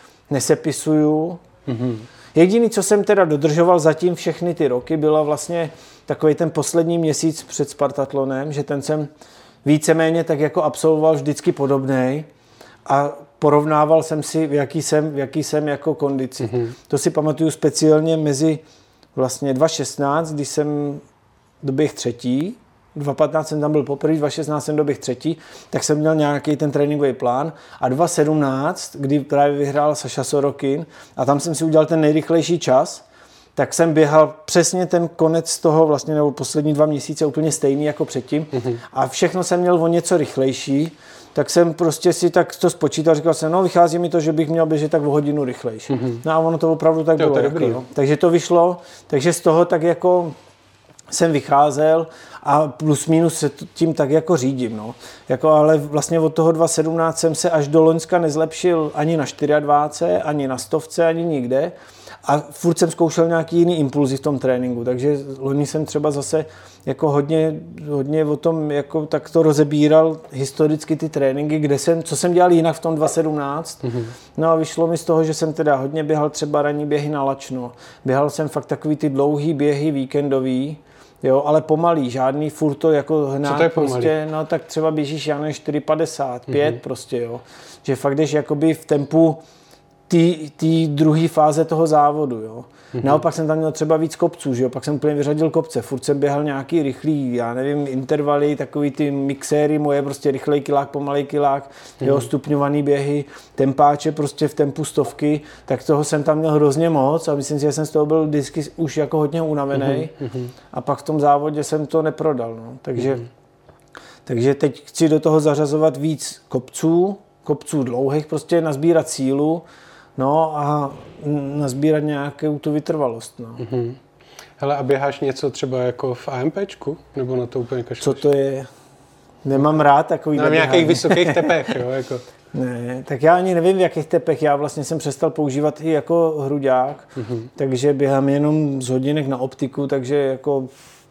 nesepisuju. Uh-huh. Jediný, co jsem teda dodržoval zatím všechny ty roky, byla vlastně takový ten poslední měsíc před Spartatlonem, že ten jsem víceméně tak jako absolvoval vždycky podobnej a porovnával jsem si, v jaký jsem, v jaký jsem jako kondici. Mm-hmm. To si pamatuju speciálně mezi vlastně dva tisíce šestnáct, když jsem doběh třetí, dva tisíce patnáct jsem tam byl poprvé, dva tisíce šestnáct jsem doběh třetí, tak jsem měl nějaký ten tréninkový plán a dva tisíce sedmnáct, kdy právě vyhrál Saša Sorokin a tam jsem si udělal ten nejrychlejší čas, tak jsem běhal přesně ten konec toho vlastně, nebo poslední dva měsíce úplně stejný jako předtím mm-hmm. a všechno jsem měl o něco rychlejší, tak jsem prostě si tak to spočítal, říkal jsem, no vychází mi to, že bych měl běžet tak o hodinu rychlejší. Mm-hmm. No a ono to opravdu tak jo, bylo. Jako, dobrý, takže to vyšlo, takže z toho tak jako jsem vycházel a plus minus se tím tak jako řídím. No. Jako, ale vlastně od toho dva tisíce sedmnáct jsem se až do loňska nezlepšil ani na dvacet čtyři, ani na stovce, ani nikde. A furt jsem zkoušel nějaký jiný impulzy v tom tréninku, takže loni jsem třeba zase jako hodně, hodně o tom jako tak to rozebíral historicky ty tréninky, kde jsem, co jsem dělal jinak v tom dva tisíce sedmnáct. Mm-hmm. No a vyšlo mi z toho, že jsem teda hodně běhal třeba ranní běhy na lačno. Běhal jsem fakt takový ty dlouhý běhy víkendový, jo, ale pomalý, žádný furt to jako hnát. Co to je pomalý? Prostě, no tak třeba běžíš já nevím čtyři padesát pět mm-hmm. prostě, jo. Že fakt jdeš jakoby v tempu té druhé fáze toho závodu, jo. Mm-hmm. Naopak jsem tam měl třeba víc kopců, že jo, pak jsem úplně vyřadil kopce, furt jsem běhal nějaký rychlý, já nevím, intervaly, takový ty mixéry moje, prostě rychlej kilák, pomalej kilák, mm-hmm. jo, stupňovaný běhy, tempáče prostě v tempu stovky, tak toho jsem tam měl hrozně moc a myslím si, že jsem z toho byl vždycky už jako hodně unavený mm-hmm. a pak v tom závodě jsem to neprodal, no, takže, mm-hmm. takže teď chci do toho zařazovat víc kopců, kopců dlouhých, prostě nazbírat sílu, no a nazbírat nějakou tu vytrvalost. No. Mm-hmm. Hele, a běháš něco třeba jako v AMPčku? Nebo na to úplně kašleš? Co to je? Nemám rád takový Na nějakých vysokých tepech, jo? Jako. Ne, tak já ani nevím, v jakých tepech. Já vlastně jsem přestal používat i jako hruďák, mm-hmm. takže běhám jenom z hodinek na optiku, takže jako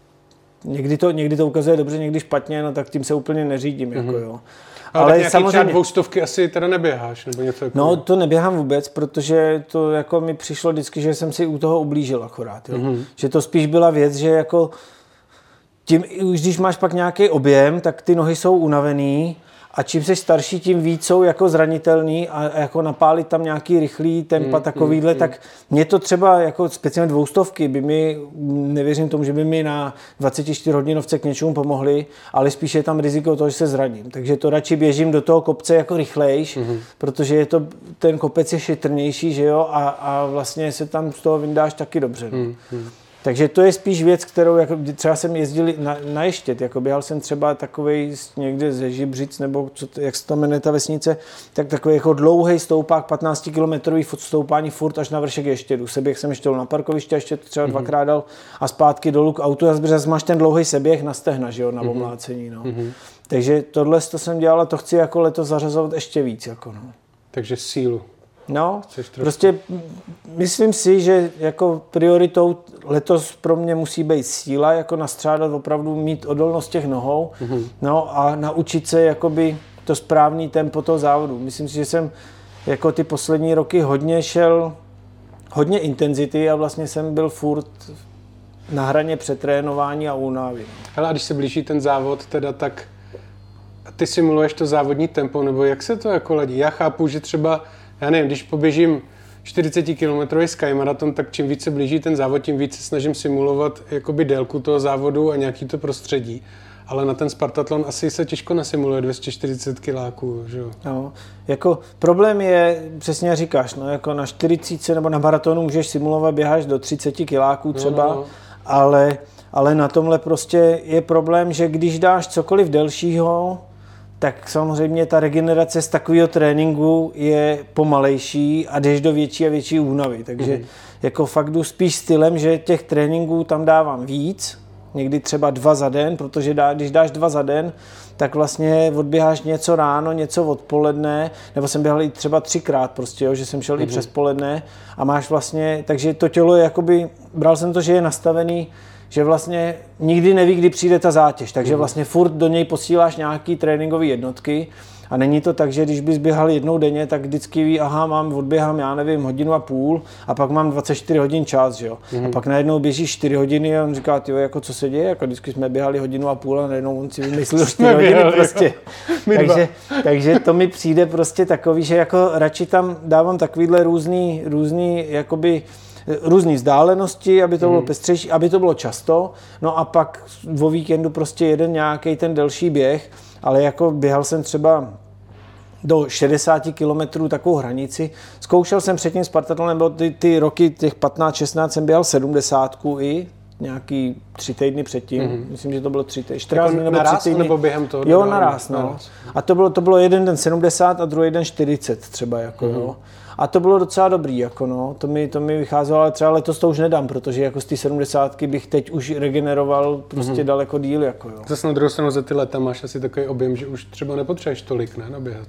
někdy to, někdy to ukazuje dobře, někdy špatně, no tak tím se úplně neřídím, mm-hmm. jako jo. Ale, ale nějaký samozřejmě třeba dvoustovky asi teda neběháš, nebo něco jako... No to neběhám vůbec, protože to jako mi přišlo vždycky, že jsem si u toho ublížil akorát, jo. Mm-hmm. Že to spíš byla věc, že jako tím, už když máš pak nějaký objem, tak ty nohy jsou unavený A čím jsi starší, tím víc jsou jako zranitelný a jako napálit tam nějaký rychlý tempa mm, takovýhle, mm, tak mě to třeba jako speciálně dvoustovky by mi, nevěřím tomu, že by mi na dvacetičtyřhodinovce k něčemu pomohly, ale spíš je tam riziko toho, že se zraním. Takže to radši běžím do toho kopce jako rychlejš, mm. protože je to, ten kopec je šetrnější, že jo, a, a vlastně se tam z toho vyndáš taky dobře. No. Mm, mm. Takže to je spíš věc, kterou jako, třeba jsem jezdil na, na Ještěd, jako běhal jsem třeba takovej někde ze Žibřic, nebo co, jak se to jmenuje ta vesnice, tak takový jako dlouhý stoupák, patnáctikilometrový stoupání furt až na vršek Ještědu. Seběh jsem ještě na parkoviště, ještě to třeba mm-hmm. dvakrát dal a zpátky dolů k autu, a zase máš ten dlouhý seběh na stehna, že jo, na mm-hmm. omlácení. No. Mm-hmm. Takže tohle to jsem dělal a to chci jako letos zařazovat ještě víc. Jako, no. Takže sílu. No, prostě myslím si, že jako prioritou letos pro mě musí být síla, jako nastřádat opravdu, mít odolnost těch nohou, mm-hmm. no a naučit se jakoby to správný tempo toho závodu. Myslím si, že jsem jako ty poslední roky hodně šel, hodně intenzity a vlastně jsem byl furt na hraně přetrénování a únavy. Hele, a když se blíží ten závod, teda tak ty simuluješ to závodní tempo, nebo jak se to jako ladí? Já chápu, že třeba já nevím, když poběžím čtyřicetikilometrový skymaraton, tak čím více blíží ten závod, tím více snažím simulovat jakoby délku toho závodu a nějaký to prostředí. Ale na ten Spartatlon asi se těžko nasimuluje dvě stě čtyřicet kiláků, že jo? No, jako problém je, přesně jak říkáš, no, jako na čtyřicítce nebo na maratonu můžeš simulovat, běháš do třicet kiláků třeba, no, no. Ale, ale na tomhle prostě je problém, že když dáš cokoliv delšího, tak samozřejmě ta regenerace z takového tréninku je pomalejší a jdeš do větší a větší únavy. Takže mm. jako fakt jdu spíš stylem, že těch tréninků tam dávám víc, někdy třeba dva za den, protože dá, když dáš dva za den, tak vlastně odběháš něco ráno, něco odpoledne, nebo jsem běhal i třeba třikrát prostě, jo, že jsem šel mm. i přes poledne a máš vlastně, takže to tělo je jakoby, bral jsem to, že je nastavený, že vlastně nikdy neví, kdy přijde ta zátěž, takže vlastně furt do něj posíláš nějaký tréninkové jednotky a není to tak, že když bys běhal jednou denně, tak vždycky ví, aha, mám, odběhám, já nevím, hodinu a půl a pak mám dvacet čtyři hodin čas, že jo. Mm-hmm. A pak najednou běžíš čtyři hodiny a on říká, tyjo, jako co se děje, jako vždycky jsme běhali hodinu a půl a najednou on si vymyslel čtyři hodiny prostě. takže, takže to mi přijde prostě takový, že jako radši tam dávám takovýhle různý, různý, jakoby různé vzdálenosti, aby to bylo mm. pestřejší, aby to bylo často, no a pak o víkendu prostě jeden nějaký ten delší běh, ale jako běhal jsem třeba do šedesát kilometrů takovou hranici. Zkoušel jsem předtím Spartatlonem, nebo ty, ty roky, těch patnáct šestnáct jsem běhal sedmdesátku i, nějaký tři týdny předtím, mm-hmm. myslím, že to bylo tři týdny, čtrnáct dní nebo tři týdny. Nebo během toho? Jo, naraz, no. Naraz. A to bylo, to bylo jeden den sedmdesát a druhý den čtyřicet třeba, jako mm-hmm. jo. A to bylo docela dobrý, jako no, to mi, to mi vycházelo, ale třeba letos to už nedám, protože jako z té sedmdesátky bych teď už regeneroval prostě mm-hmm. daleko díl, jako jo. Zase na druhou stranu za ty leta máš asi takový objem, že už třeba nepotřebuješ tolik, ne, naběhat.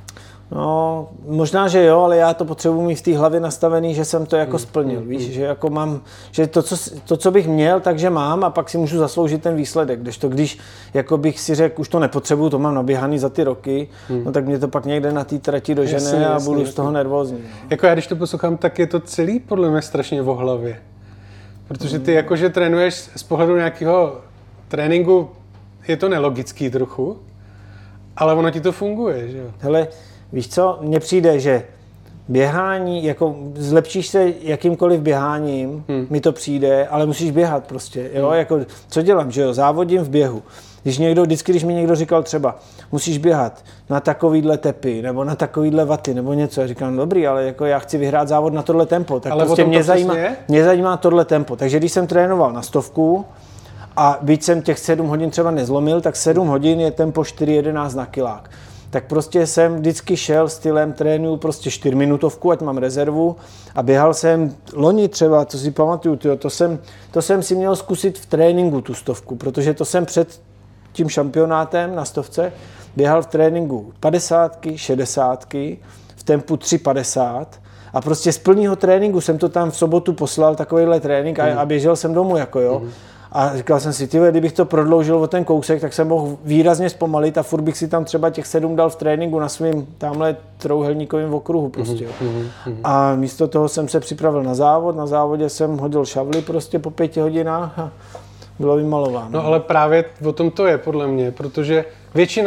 No, možná, že jo, ale já to potřebuji mít v té hlavě nastavený, že jsem to jako splnil, mm, víš, mm. že jako mám, že to co, to, co bych měl, takže mám a pak si můžu zasloužit ten výsledek, kdežto když jako bych si řekl, už to nepotřebuju, to mám naběhaný za ty roky, mm. no tak mě to pak někde na té trati dožene jasně, a budu jasně, z toho jasně. nervózní. No. Jako já, když to poslouchám, tak je to celý podle mě strašně o hlavě, protože ty mm. jakože trénuješ z pohledu nějakého tréninku, je to nelogický trochu, ale ono ti to funguje, že jo? Hele, víš co, mně přijde, že běhání, jako zlepšíš se jakýmkoliv běháním, hmm. mi to přijde, ale musíš běhat prostě, jo, hmm. jako co dělám, že jo, závodím v běhu. Když někdo, vždycky, když mi někdo říkal třeba, musíš běhat na takovýhle tepy, nebo na takovýhle vaty, nebo něco, já říkám, dobrý, ale jako já chci vyhrát závod na tohle tempo, tak ale prostě mě zajímá, mě zajímá tohle tempo. Takže když jsem trénoval na stovku, a byť jsem těch sedm hodin třeba nezlomil, tak sedm hodin je tempo čtyři jedenáct na kilák. Tak prostě jsem vždycky šel stylem trénu prostě čtyřminutovku, ať mám rezervu a běhal jsem loni třeba, to si pamatuju, tyjo, to, jsem, to jsem si měl zkusit v tréninku tu stovku, protože to jsem před tím šampionátem na stovce běhal v tréninku padesátky, šedesátky, v tempu tři padesát a prostě z plného tréninku jsem to tam v sobotu poslal, takovýhle trénink a, mm. a běžel jsem domů, jako jo. Mm. A říkal jsem si, tyhle, kdybych to prodloužil o ten kousek, tak jsem mohl výrazně zpomalit a furt bych si tam třeba těch sedm dal v tréninku na svým tamhle trouhelníkovým okruhu prostě. Mm-hmm, mm-hmm. A místo toho jsem se připravil na závod, na závodě jsem hodil šavly prostě po pěti hodinách a bylo vymalováno. No ale právě o tom to je podle mě, protože většina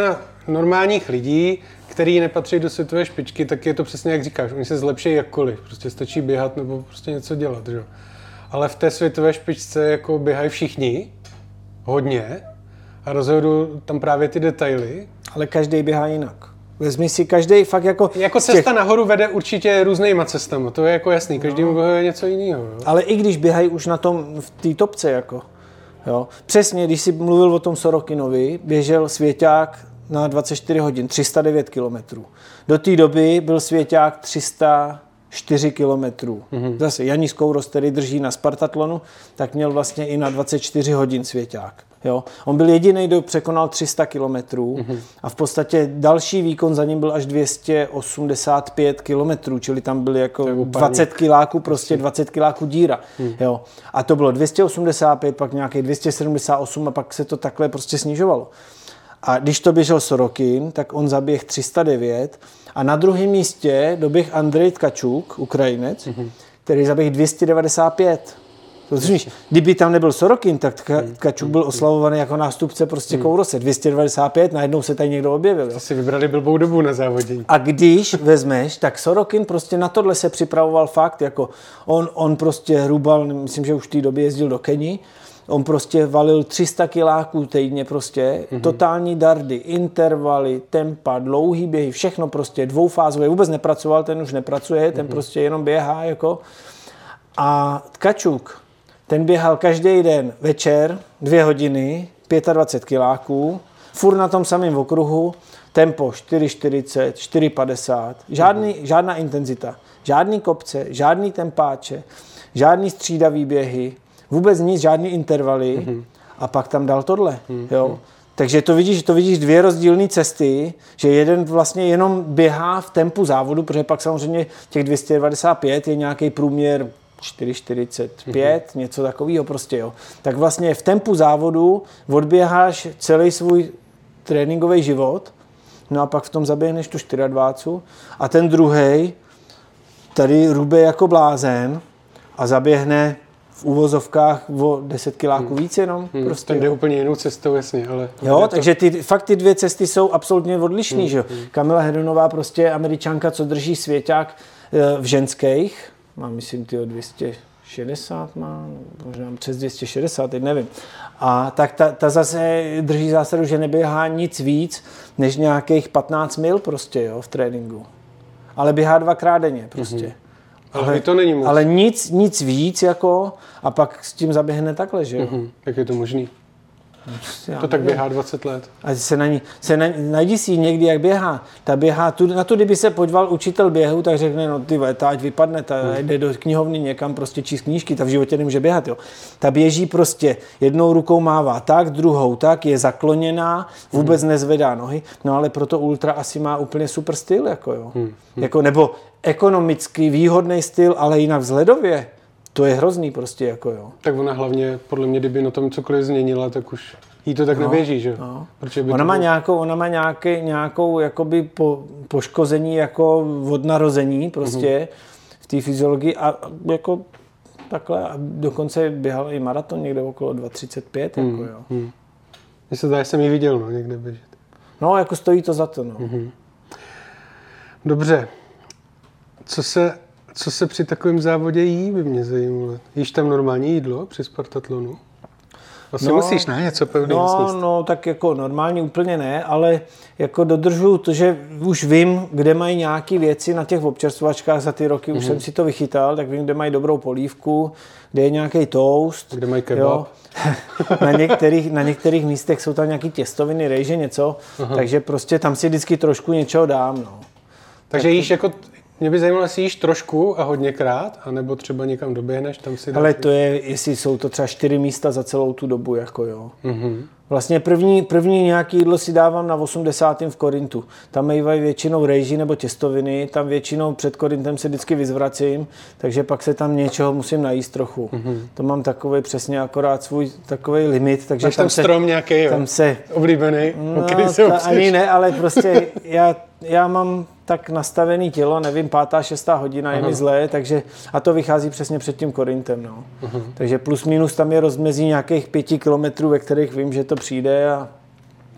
normálních lidí, který nepatří do světové špičky, tak je to přesně jak říkáš, oni se zlepší jakkoliv, prostě stačí běhat nebo prostě něco dělat, že? Ale v té světové špičce jako běhají všichni, hodně, a rozhodují tam právě ty detaily. Ale každý běhá jinak. Vezmi si každý fakt jako... Jako cesta těch... nahoru vede určitě různýma cestama, to je jako jasný, každému no. je něco jiného. Jo? Ale i když běhají už na tom, v té topce jako, jo. Přesně, když jsi mluvil o tom Sorokinovi, běžel svěťák na dvacet čtyři hodin, tři sta devět kilometrů. Do té doby byl svěťák tři sta čtyři kilometrů. Mm-hmm. Zase Janis Kouros, který drží na Spartatlonu, tak měl vlastně i na dvacet čtyři hodin svěťák. Jo? On byl jediný, kdo překonal tři sta kilometrů mm-hmm. a v podstatě další výkon za ním byl až dvě stě osmdesát pět kilometrů, čili tam byly jako dvacet kiláků, prostě dvacet kiláků díra. Mm. Jo? A to bylo dvě stě osmdesát pět, pak nějaký dvě stě sedmdesát osm a pak se to takhle prostě snižovalo. A když to běžel Sorokin, tak on zaběh tři sta devět a na druhém místě doběh Andrej Tkačuk, Ukrajinec, mm-hmm. který zaběh dvě stě devadesát pět. Rozumíš? Kdyby tam nebyl Sorokin, tak Tkačuk byl oslavovaný jako nástupce prostě Kourose. dvě stě devadesát pět, najednou se tady někdo objevil. Jo? Si vybrali blbou dobu na závodění. A když vezmeš, tak Sorokin prostě na tohle se připravoval fakt, jako on, on prostě hrubal, myslím, že už v té době jezdil do Keni, on prostě valil tři sta kiláků týdně prostě, mm-hmm. totální dardy, intervaly, tempa, dlouhý běhy, všechno prostě dvoufázové, vůbec nepracoval, ten už nepracuje, ten mm-hmm. prostě jenom běhá jako. A Tkačuk, ten běhal každý den večer, dvě hodiny, dvacet pět kiláků, furt na tom samém okruhu, tempo čtyři čtyřicet, čtyři padesát, žádný, mm-hmm. žádná intenzita, žádný kopce, žádný tempáče, žádný střídavý běhy, vůbec nic, žádný intervaly mm-hmm. a pak tam dal tohle, mm-hmm. jo. Takže to vidíš, to vidíš dvě rozdílné cesty, že jeden vlastně jenom běhá v tempu závodu, protože pak samozřejmě těch dvě stě devadesát pět je nějaký průměr čtyři čtyřicet pět, mm-hmm. něco takového prostě, jo. Tak vlastně v tempu závodu odběháš celý svůj tréninkový život, no a pak v tom zaběhneš tu dvacet čtyři a ten druhej tady rube jako blázen a zaběhne v uvozovkách o deset kiláků hmm. víc jenom. Hmm. Prostě, ten jde úplně jinou cestou, jasně. Ale jo, takže ty, fakt ty dvě cesty jsou absolutně odlišný. Hmm. Že? Kamila Hedonová prostě je Američanka, co drží svěťák v ženských. Má, myslím, tyho dvě stě šedesát má, možná přes dvě stě šedesát, teď nevím. A tak ta, ta zase drží zásadu, že neběhá nic víc, než nějakých patnáct mil prostě, jo, v tréninku. Ale běhá dvakrát denně prostě. Hmm. Ale, to není moc. Ale nic, nic víc jako a pak s tím zaběhne takhle, že jo? Mm-hmm. Jak je to možný? Já to tak nevím. Běhá dvacet let. A se na ní, se na, najdi si někdy, jak běhá. Ta běhá, tu, na to, kdyby se podíval učitel běhu, tak řekne, no ty ta ať vypadne, ta mm. jde do knihovny někam prostě číst knížky, ta v životě nemůže běhat, jo. Ta běží prostě, jednou rukou mává tak, druhou tak, je zakloněná, vůbec mm. nezvedá nohy, no ale proto ultra asi má úplně super styl, jako jo. Mm. Jako, nebo ekonomicky výhodný styl, ale jinak vzhledově. To je hrozný prostě, jako jo. Tak ona hlavně, podle mě, kdyby na tom cokoliv změnila, tak už jí to tak no, neběží, že? No. Ona, má bylo... nějakou, ona má nějaký, nějakou jakoby po, poškození jako od narození prostě mm-hmm. v té fyziologii a jako takhle a dokonce běhal i maraton někde okolo dva třicet pět, mm, jako jo. Mm. Mně se zdá, že jsem ji viděl, no, někde běžet. No, jako stojí to za to, no. Mm-hmm. Dobře. Co se... Co se při takovém závodě jí, by mě zajímalo. Jíš tam normální jídlo při Spartatlonu? Asi no, musíš, ne? Něco pevného no, sníst. No, tak jako normálně úplně ne, ale jako dodržuju to, že už vím, kde mají nějaké věci na těch občerstvovačkách za ty roky, mm-hmm. už jsem si to vychytal, tak vím, kde mají dobrou polívku, kde je nějaký toast. Kde mají kebab. na, některých, na některých místech jsou tam nějaké těstoviny, rejže, něco, aha. takže prostě tam si vždycky trošku něčeho dám, no. Takže tak jíš jako... Mě by zajímalo, jestli jíš trošku a hodněkrát, anebo třeba někam doběhneš, tam si dáš... Ale to je, jestli jsou to třeba čtyři místa za celou tu dobu, jako jo. Mm-hmm. Vlastně první, první nějaký jídlo si dávám na osmdesátém v Korintu. Tam mývají většinou rejži nebo těstoviny, tam většinou před Korintem se vždycky vyzvracím, takže pak se tam něčeho musím najíst trochu. Mm-hmm. To mám takový přesně akorát svůj takový limit, takže máš tam, tam se... strom nějaký, jo? Tam se... Oblíbený, no, který se ta, ani ne, ale prostě já, já mám tak nastavený tělo, nevím, pátá, šestá hodina je mi zlé, takže a to vychází přesně před tím Korintem, no. Aha. Takže plus minus tam je rozmezí nějakých pěti kilometrů, ve kterých vím, že to přijde a,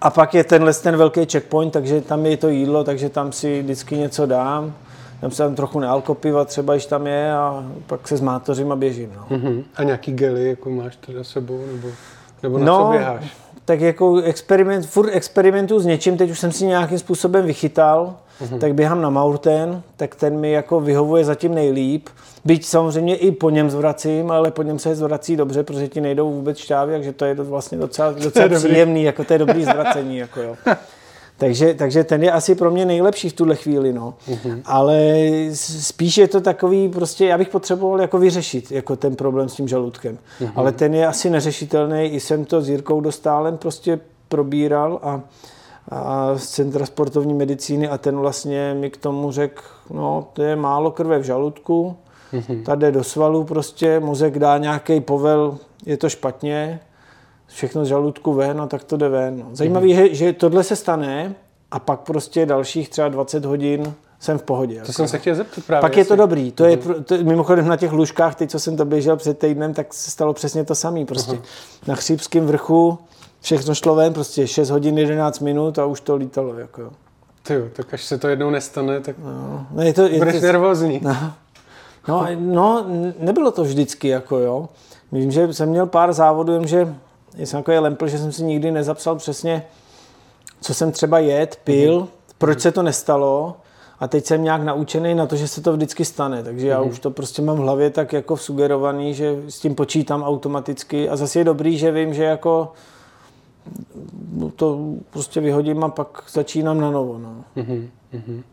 A pak je tenhle ten velký checkpoint, takže tam je to jídlo, takže tam si vždycky něco dám. Tam se tam trochu nealkopiva třeba, když tam je a pak se zmátořím a běžím. No. Uh-huh. A nějaký gely, jako máš teda sebou, nebo, nebo na no, co běháš? Tak jako experiment, furt experimentuju s něčím, teď už jsem si nějakým způsobem vychytal, uh-huh. tak běhám na Mountain, tak ten mi jako vyhovuje zatím nejlíp. Byť samozřejmě i po něm zvracím, ale po něm se zvrací dobře, protože ti nejdou vůbec šťávy, takže to je vlastně docela, docela příjemný, jako to je dobrý zvracení. Jako jo. Takže, takže ten je asi pro mě nejlepší v tuhle chvíli, no. Uh-huh. Ale spíš je to takový, prostě já bych potřeboval jako vyřešit jako ten problém s tím žaludkem. Uh-huh. Ale ten je asi neřešitelný, i jsem to s Jirkou Dostálem prostě probíral a, a z Centra sportovní medicíny a ten vlastně mi k tomu řekl, no to je málo krve v žaludku, uh-huh. tady jde do svalů prostě, mozek dá nějaký povel, je to špatně, všechno z žaludku ven, no tak to jde ven. No. Zajímavé je, mm-hmm. že tohle se stane a pak prostě dalších třeba dvacet hodin jsem v pohodě. To jako. jsem se chtěl zeptat právě. Pak je to dobrý. To mm-hmm. je, to, mimochodem na těch lůžkách, teď co jsem to běžel před týdnem, tak se stalo přesně to samé. Prostě. Uh-huh. Na Chřípském vrchu všechno šlo ven, prostě šest hodin, jedenáct minut a už to lítalo. Jako. Tyjo, tak až se to jednou nestane, tak no, no je to, je budeš to, nervózní. No, no, no, nebylo to vždycky. Jako, jo. Vím, že jsem měl pár závodů, jenže jsem takový lempl, že jsem si nikdy nezapsal přesně, co jsem třeba jet, pil, mm. proč se to nestalo a teď jsem nějak naučený na to, že se to vždycky stane, takže mm. já už to prostě mám v hlavě tak jako sugerovaný, že s tím počítám automaticky a zase je dobrý, že vím, že jako to prostě vyhodím a pak začínám na novo. No. Mm-hmm.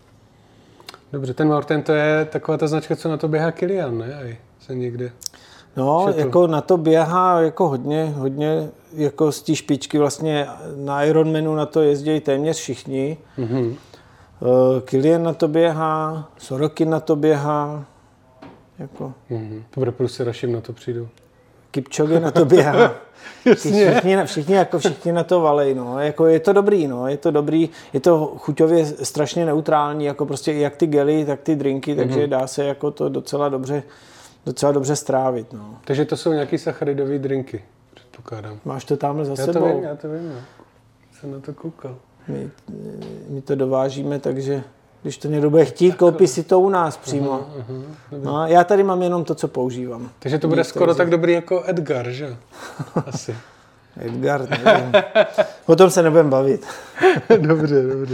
Dobře, ten Mountain to je taková ta značka, co na to běhá Kilian, ne? Aj se někde... No, šetl. Jako na to běhá jako hodně, hodně jako z té špičky vlastně na Ironmanu na to jezdí téměř všichni. Mm-hmm. Uh, Kilian na to běhá, Sorokin na to běhá. Jako. Mm-hmm. Dobré, prostě Rašim na to přijdu. Kipchoge na to běhá. všichni, všichni, jako všichni na to valej, no. Jako je to dobrý, no. Je to dobrý, je to chuťově strašně neutrální, jako prostě jak ty gely, tak ty drinky, mm-hmm. takže dá se jako to docela dobře docela dobře strávit, no. Takže to jsou nějaký sacharidové drinky, předpokládám. Máš to tamhle za já sebou? Já to vím, já to vím, no. Jsem na to koukal. My, my to dovážíme, takže když to někdo bude chtít, koupí si to u nás přímo. Aha, aha, no, já tady mám jenom to, co používám. Takže to bude skoro tak dobrý jako Edgar, že? Asi. Edgar, nevím. O tom se nebudem bavit. Dobře, dobře.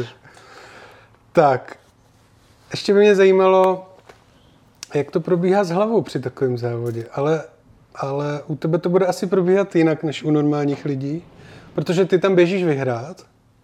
Tak, ještě by mě zajímalo, jak to probíhá s hlavou při takovém závodě, ale, ale u tebe to bude asi probíhat jinak než u normálních lidí, protože ty tam běžíš vyhrát.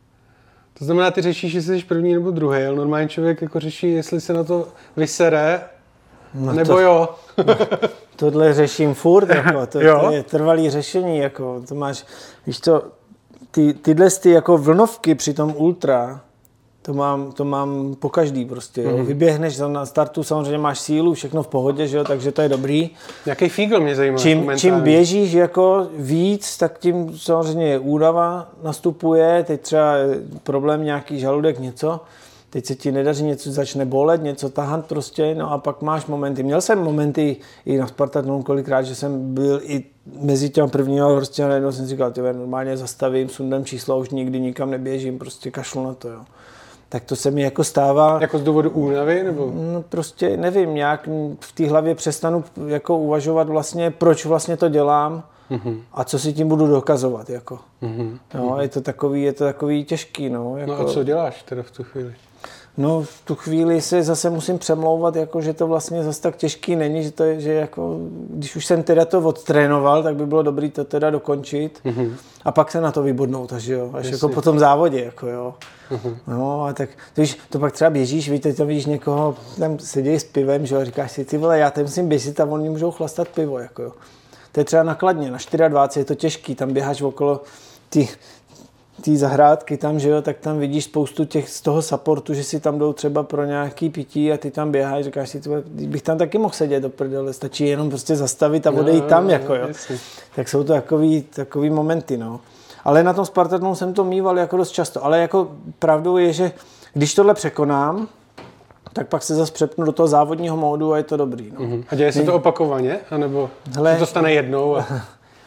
To znamená, ty řešíš, jestli jsi první nebo druhý, ale normální člověk jako řeší, jestli se na to vysere, no nebo to, jo. No, tohle řeším furt, jako, to, to je trvalý řešení, jako, to máš, víš to, ty, tyhle ty jako vlnovky při tom ultra, To mám, to mám po každý prostě. Mm-hmm. Vyběhneš na startu, samozřejmě máš sílu, všechno v pohodě, že jo, takže to je dobrý. Jaký fígl mě zajímá? Čím, čím běžíš jako víc, tak tím samozřejmě únava nastupuje, teď třeba problém nějaký žaludek, něco, teď se ti nedaří, něco začne bolet, něco tahat prostě, no a pak máš momenty. Měl jsem momenty i na Spartatonu kolikrát, že jsem byl i mezi těma prvního prostě a najednou jsem říkal, tyhle, normálně zastavím, sundám číslo a už nikdy nikam neběžím, prostě kašlu na to, jo. Tak to se mi jako stává. Jako z důvodu únavy, nebo? No prostě nevím, nějak v té hlavě přestanu jako uvažovat vlastně, proč vlastně to dělám mm-hmm. a co si tím budu dokazovat, jako. Mm-hmm. No, je to takový, je to takový těžký, no. Jako... No a co děláš teda v tu chvíli? No v tu chvíli se zase musím přemlouvat, jako, že to vlastně zase tak těžký není, že to je, že jako, když už jsem teda to odtrénoval, tak by bylo dobré to teda dokončit mm-hmm. a pak se na to vybodnout, až jo, až jako po tom závodě, jako jo. Mm-hmm. No a tak, to, víš, to pak třeba běžíš, víte, to vidíš někoho, tam sedí s pivem, že jo, říkáš si, ty vole, já tam musím běžit a oni můžou chlastat pivo, jako jo. To je třeba nakladně, na dvacet čtyři je to těžký, tam běháš okolo ty té zahrádky tam, že jo, tak tam vidíš spoustu těch z toho supportu, že si tam jdou třeba pro nějaký pití a ty tam běháš, říkáš si, tyhle, bych tam taky mohl sedět do prdele, stačí jenom prostě zastavit a odejít tam, no, jako jo. Jasný. Tak jsou to takový, takový momenty, no. Ale na tom Spartatonu jsem to mýval jako dost často, ale jako pravdou je, že když tohle překonám, tak pak se zase přepnu do toho závodního módu a je to dobrý, no. Uh-huh. A děje se to opakovaně? A nebo Hele, se to stane jednou? A...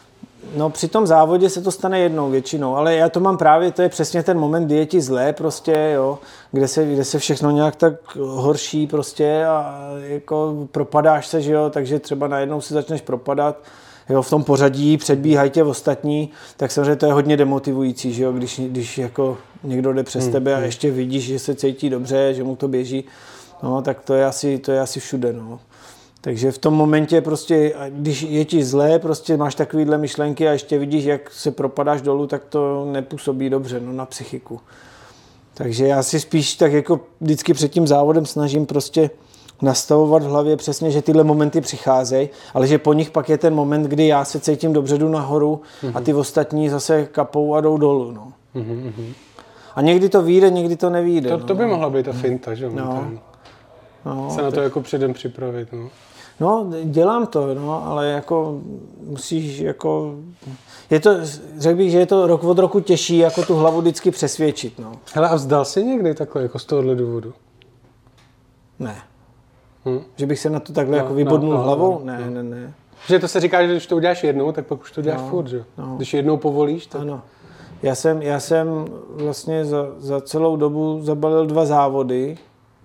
No při tom závodě se to stane jednou většinou, ale já to mám právě, to je přesně ten moment, kdy je ti zlé prostě, jo, kde se, kde se všechno nějak tak horší prostě a jako propadáš se, že jo, takže třeba najednou se začneš propadat, jo, v tom pořadí, předbíhají tě ostatní, tak samozřejmě to je hodně demotivující, že jo, když, když jako někdo jde přes hmm. tebe a ještě vidíš, že se cítí dobře, že mu to běží, no tak to je asi, to je asi všude, no. Takže v tom momentě prostě, když je ti zlé, prostě máš takovýhle myšlenky a ještě vidíš, jak se propadáš dolů, tak to nepůsobí dobře, no, na psychiku. Takže já si spíš tak jako vždycky před tím závodem snažím prostě nastavovat v hlavě přesně, že tyhle momenty přicházejí, ale že po nich pak je ten moment, kdy já se cítím dobře, jdu nahoru mm-hmm. a ty ostatní zase kapou a jdou dolů, no. Mm-hmm. A někdy to vyjde, někdy to nevyjde. To, no. to by mohla být ta finta, že? No. No, se na to jako předem připravit, no. No, dělám to, no, ale jako musíš jako... Je to, řekl bych, že je to rok od roku těžší, jako tu hlavu vždycky přesvědčit, no. Hele, a vzdal jsi někdy takhle, jako z tohohle důvodu? Ne. Hm? Že bych se na to takhle no, jako vybodnul no, no, hlavou? No, ne, no. ne, ne. Že to se říká, že když to uděláš jednou, tak pak už to děláš no, furt, že? No. Když jednou povolíš, tak... Ano. Já jsem, já jsem vlastně za, za celou dobu zabalil dva závody.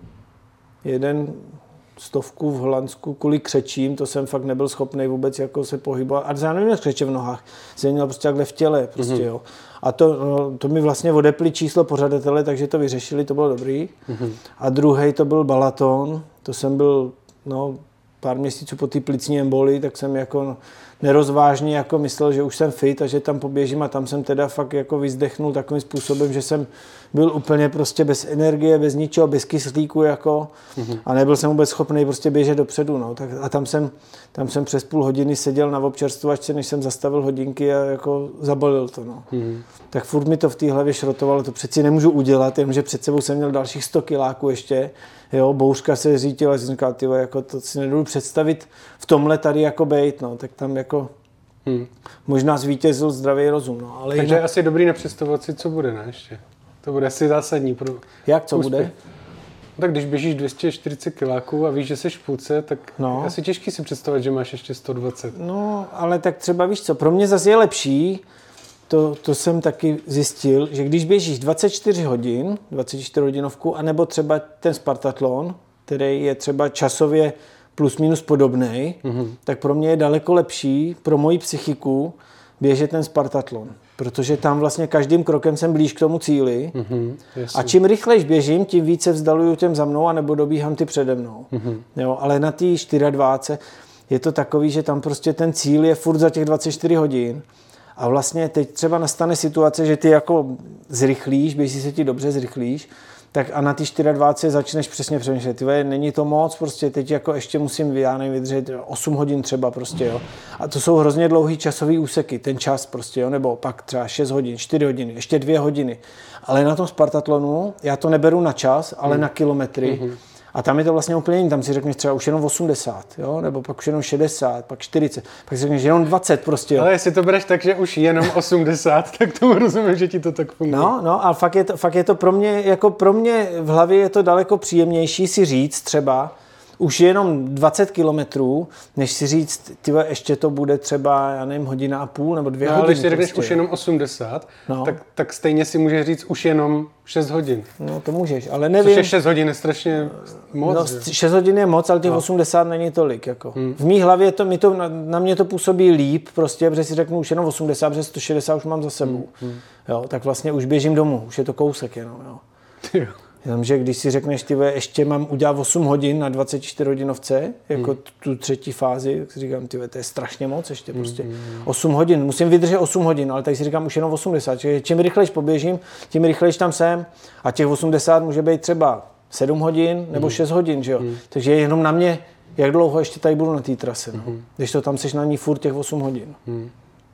Jeden stovku v Holandsku kvůli křečím, to jsem fakt nebyl schopný vůbec jako se pohybovat. A já nevím, křeče v nohách, jsem měl prostě takhle v těle, prostě, mm-hmm. jo. A to, no, to mi vlastně odepli číslo pořadatele, takže to vyřešili, to bylo dobrý. Mm-hmm. A druhý to byl Balaton, to jsem byl, no, pár měsíců po té plicní embolii, tak jsem jako nerozvážně jako myslel, že už jsem fit a že tam poběžím a tam jsem teda fakt jako vyzdechnul takovým způsobem, že jsem byl úplně prostě bez energie, bez ničeho, bez kyslíku jako mm-hmm. a nebyl jsem vůbec schopný prostě běžet dopředu, no. Tak, a tam jsem, tam jsem přes půl hodiny seděl na občerstvovačce, než jsem zastavil hodinky a jako zabalil to, no. Mm-hmm. Tak furt mi to v té hlavě šrotovalo, to přeci nemůžu udělat, jenomže před sebou jsem měl dalších sto kiláků ještě, jo, bouřka se řítila, jsem říkal, tyvo, jako to si nedovedu představit v tomhle tady jako bejt, no, tak tam jako hmm. možná zvítězil zdravý rozum, no, ale takže jinak... je asi dobrý nepředstavovat si, co bude, ne, ještě. To bude asi zásadní pro Jak, co úspěch. bude? No, tak když běžíš dvě stě čtyřicet kiláků a víš, že jsi v půlce, tak no. je asi těžký si představit, že máš ještě sto dvacet. No, ale tak třeba víš co, pro mě zase je lepší, to, to jsem taky zjistil, že když běžíš dvacet čtyři hodin, dvacet čtyři hodinovku, anebo třeba ten Spartatlon, který je třeba časově plus minus podobnej, mm-hmm. tak pro mě je daleko lepší, pro moji psychiku, běžet ten Spartatlon. Protože tam vlastně každým krokem jsem blíž k tomu cíli. Mm-hmm, a čím rychlejš běžím, tím více vzdaluju těm za mnou, anebo dobíhám ty přede mnou. Mm-hmm. Jo, ale na té dvacet čtyři je to takový, že tam prostě ten cíl je furt za těch dvacet čtyři hodin. A vlastně teď třeba nastane situace, že ty jako zrychlíš, běží se ti dobře, zrychlíš, tak a na ty dvacet čtyři začneš přesně přemýšlet, tyhle, není to moc, prostě teď jako ještě musím, já nevím, vydržet osm hodin třeba prostě, jo. A to jsou hrozně dlouhý časový úseky, ten čas prostě, jo, nebo pak třeba šest hodin, čtyři hodiny, ještě dvě hodiny. Ale na tom Spartatlonu já to neberu na čas, ale mm. na kilometry. Mm-hmm. A tam je to vlastně úplně jiný, tam si řekneš třeba už jenom osmdesát, jo? Nebo pak už jenom šedesát, pak čtyřicet, pak si řekneš jenom dvacet prostě. Jo? Ale jestli to bereš tak, že už jenom osmdesát, tak tomu rozumím, že ti to tak funguje. No, no, ale fakt je to, fakt je to pro mě, jako pro mě v hlavě je to daleko příjemnější si říct třeba, už jenom dvacet kilometrů, než si říct, tyhle, ještě to bude třeba, já nevím, hodina a půl nebo dvě no, hodiny. Ale když si řekneš prostě. už jenom osmdesát, no. tak, tak stejně si můžeš říct už jenom šest hodin. No to můžeš, ale nevím. Což je šest hodin je strašně moc. No, že? šest hodin je moc, ale těch no. osmdesát není tolik. Jako. Hmm. V mý hlavě to, mi to, na, na mě to působí líp, prostě, protože si řeknu už jenom osmdesát, protože sto šedesát už mám za sebou. Hmm. Jo, tak vlastně už běžím domů, už je to kousek jenom. Jo. Jo. Jenomže když si řekneš, ty ještě mám udělat osm hodin na dvacet čtyři hodinovce, jako hmm. tu třetí fázi, tak si říkám, ty to je strašně moc, ještě prostě hmm. osm hodin, musím vydržet osm hodin, ale tady si říkám už jenom osmdesát, čiže čím rychlejš poběžím, tím rychlejš tam jsem a těch osmdesát může být třeba sedm hodin nebo hmm. šest hodin, že jo, hmm. takže je jenom na mě, jak dlouho ještě tady budu na té trase, no. hmm. když to tam seš na ní furt těch osm hodin. Hmm.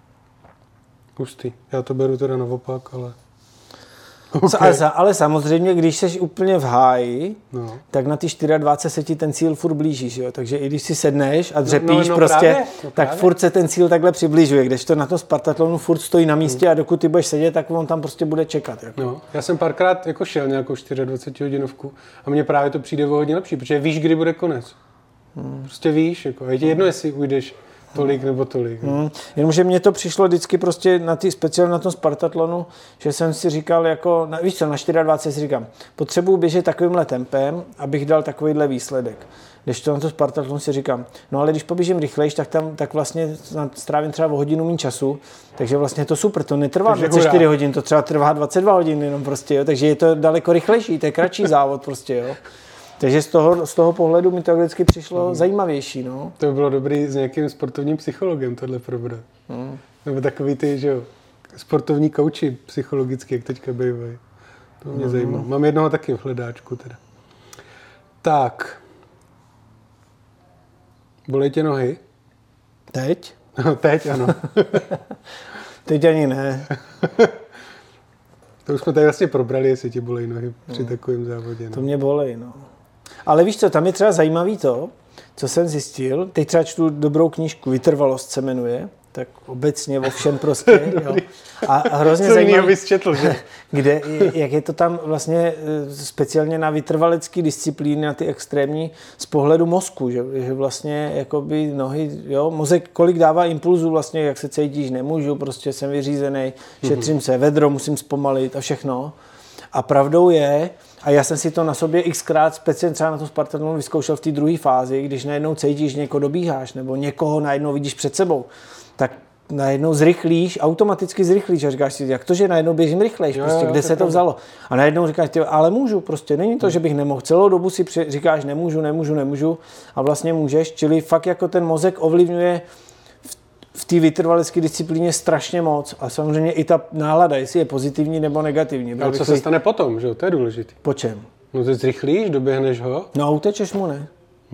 Hustý, já to beru teda naopak, ale... Okay. Ale, ale samozřejmě, když jsi úplně v háji, no. tak na ty dvacet čtyři se ti ten cíl furt blíží, že jo? Takže i když si sedneš a dřepíš no, no, no, prostě, právě, no, tak právě. Furt se ten cíl takhle přibližuje, kdežto na tom Spartatlonu furt stojí na místě hmm. a dokud ty budeš sedět, tak on tam prostě bude čekat. Jako. No, já jsem párkrát jako šel nějakou dvacet čtyři hodinovku a mně právě to přijde o hodně lepší, protože víš, kdy bude konec. Hmm. Prostě víš, jako, je ti jedno, jestli ujdeš tolik nebo tolik. Hmm. Jenomže mně to přišlo vždycky prostě na ty, speciálně na tom Spartatlonu, že jsem si říkal jako, na, víš co, na dvacet čtyři si říkám, potřebuji běžet takovýmhle tempem, abych dal takovýhle výsledek. Když to na to Spartatlonu si říkám, no ale když poběžím rychlejš, tak tam tak vlastně strávím třeba o hodinu méně času, takže vlastně je to super, to netrvá takže dvacet čtyři hodin, to třeba trvá dvacet dva hodin jenom prostě, jo, takže je to daleko rychlejší, to je kratší závod prostě, jo. Takže z toho, z toho pohledu mi to vždycky přišlo hmm. zajímavější, no. To by bylo dobrý s nějakým sportovním psychologem tohle probrat. Hmm. Nebo takový ty, že jo, sportovní kouči psychologicky, jak teďka bývají. To mě hmm. zajímá. Mám jednoho taky v hledáčku teda. Tak. Bolej tě nohy? Teď? No, teď, ano. Teď ani ne. To už jsme tady vlastně probrali, jestli ti bolej nohy při hmm. takovém závodě. No. To mě bolej, no. Ale víš co, tam je třeba zajímavý to, co jsem zjistil. Teď třeba čtu dobrou knížku, Vytrvalost se jmenuje, tak obecně o všem prostě. Jo. A, a hrozně co zajímavý, bys četl, že? Kde, jak je to tam vlastně speciálně na vytrvalecké disciplíny, na ty extrémní, z pohledu mozku, že, že vlastně jakoby nohy, jo, mozek kolik dává impulzů vlastně, jak se cítíš, nemůžu, prostě jsem vyřízený, šetřím mm-hmm. se, vedro musím zpomalit a všechno. A pravdou je, a já jsem si to na sobě xkrát speciálně třeba na tom Spartatlonu vyzkoušel v té druhé fázi, když najednou cítíš, někoho dobíháš, nebo někoho najednou vidíš před sebou, tak najednou zrychlíš, automaticky zrychlíš a říkáš si, jak to, že najednou běžím rychlejš, jo, prostě, jo, kde se to vzalo. A najednou říkáš, ty, ale můžu, prostě není to, že bych nemohl. Celou dobu si při, říkáš, nemůžu, nemůžu, nemůžu a vlastně můžeš, čili fakt jako ten mozek ovlivňuje v, v té vytrvalecké disciplíně strašně moc a samozřejmě i ta nálada, jestli je pozitivní nebo negativní. Ale co se stane potom, že jo, to je důležité. Po čem? No ty zrychlíš, doběhneš ho. No a utečeš mu, ne?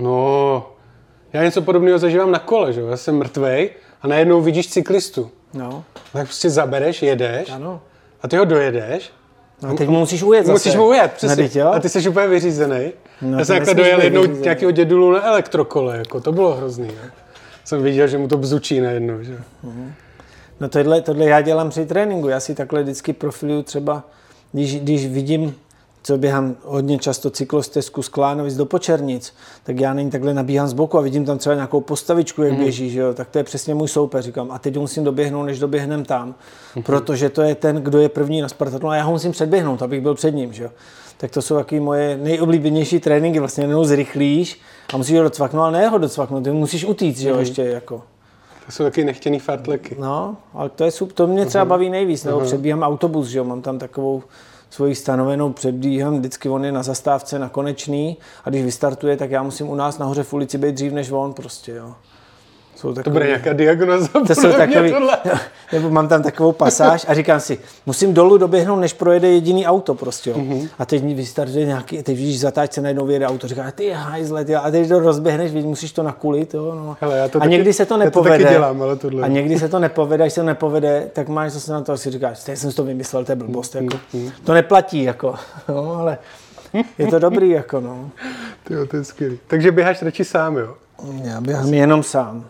No, já něco podobného zažívám na kole, že jo, já jsem mrtvej a najednou vidíš cyklistu. No. Tak prostě zabereš, jedeš ano. a ty ho dojedeš. No a teď mu musíš ujet zase. Musíš mu ujet, přesně. No, a ty jsi úplně vyřízený. No, já jsem jako dojel jednou nějakého dědulu na elektrokole, jako to bylo hrozný. Ne? Jsem viděl, že mu to bzučí najednou, že? Mhm. No tohle, tohle já dělám při tréninku. Já si takhle vždycky profiluju třeba, když, když vidím, co běhám hodně často cyklostezku z Klánovic do Počernic, tak já není takhle nabíhám z boku a vidím tam třeba nějakou postavičku, jak běží, že jo? Tak to je přesně můj soupeř, říkám. A teď musím doběhnout, než doběhnem tam, protože to je ten, kdo je první na Spartatlonu a já ho musím předběhnout, abych byl před ním, že jo? Tak to jsou taky moje nejoblíbenější tréninky, vlastně jenom zrychlíš a musíš ho docvaknout, ale ne ho docvaknout, ty musíš utíct, že jo, ještě jako. To jsou taky nechtěný fartleky. No, ale to je super, to mě třeba baví nejvíc, nebo předbíhám autobus, že jo, mám tam takovou svoji stanovenou, předbíhám, vždycky on je na zastávce, na Konečný a když vystartuje, tak já musím u nás nahoře v ulici být dřív než on prostě, jo. Jsou takový, to bude nějaká diagnoza, to jsou takový, nebo mám tam takovou pasáž a říkám si, musím dolů doběhnout, než projede jediný auto prostě, jo. Mm-hmm. A teď vystartuje nějaký, teď vidíš zatáčce, najednou vyjede auto, říká, ty hajzle, ty, a teď to rozběhneš, musíš to nakulit, jo, no. Hele, já to a taky, někdy se to nepovede, to taky dělám, ale tohle. A někdy se to nepovede, až se to nepovede, tak máš zase na to, asi říkáš, teď jsem si to vymyslel, to je blbost, jako, mm-hmm. to neplatí, jako, no, ale je to dobrý, jako, no. Tyjo, to je skvělý. Takže běháš radši sám, jo? Já běhám jenom sám.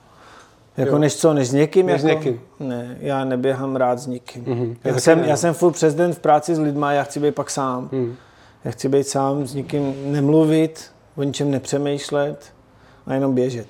Jako jo. než co, než s někým? Než jako? s někým. Ne, já neběhám rád s nikým. Mm-hmm. Já, jsem, já jsem furt přes den v práci s lidma, já chci být pak sám. Mm. Já chci být sám, s nikým nemluvit, o ničem nepřemýšlet a jenom běžet.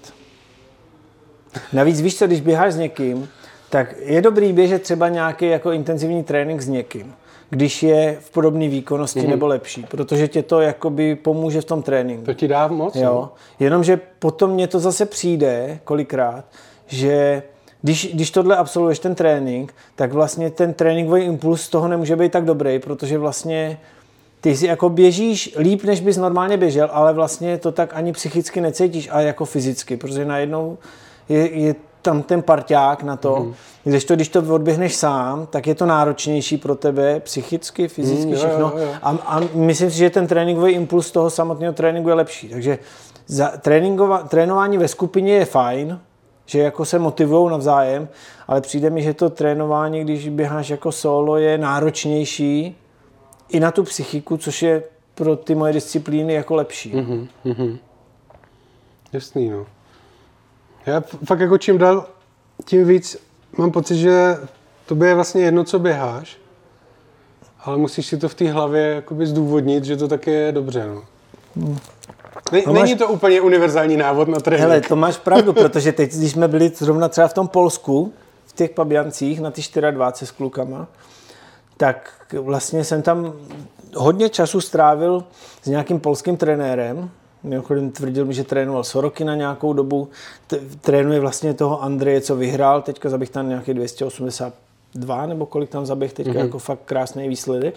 Navíc víš co, když běháš s někým, tak je dobrý běžet třeba nějaký jako intenzivní trénink s někým, když je v podobné výkonnosti mm-hmm. nebo lepší, protože tě to jakoby pomůže v tom tréninku. To ti dá moc? Jo. Jenomže potom mně to zase přijde kolikrát, že když, když tohle absolvuješ ten trénink, tak vlastně ten tréninkový impuls z toho nemůže být tak dobrý, protože vlastně ty si jako běžíš líp, než bys normálně běžel, ale vlastně to tak ani psychicky necítíš, ale jako fyzicky, protože najednou je, je tam ten parťák na to, mm. když to, když to odběhneš sám, tak je to náročnější pro tebe psychicky, fyzicky, mm, všechno. Jo, jo, jo. A, a myslím si, že ten tréninkový impuls toho samotného tréninku je lepší. Takže za trénování ve skupině je fajn, že jako se motivujou navzájem, ale přijde mi, že to trénování, když běháš jako solo, je náročnější i na tu psychiku, což je pro ty moje disciplíny jako lepší. Mm-hmm, mm-hmm. Jasný, no. Já fakt jako čím dál, tím víc mám pocit, že tobě je vlastně jedno, co běháš, ale musíš si to v té hlavě jakoby zdůvodnit, že to taky je dobře, no. Mm. Ne, to není máš... to úplně univerzální návod na trénink. Hele, to máš pravdu, protože teď, když jsme byli zrovna třeba v tom Polsku, v těch Pabiancích na ty dvacet čtyři s klukama, tak vlastně jsem tam hodně času strávil s nějakým polským trenérem. Mimochodem tvrdil mi, že trénoval Sorokina nějakou dobu. T- trénuje vlastně toho Andreje, co vyhrál. Teďka zaběh tam nějaký dvě stě osmdesát dva, nebo kolik tam zaběh teďka, mm-hmm. jako fakt krásný výsledek.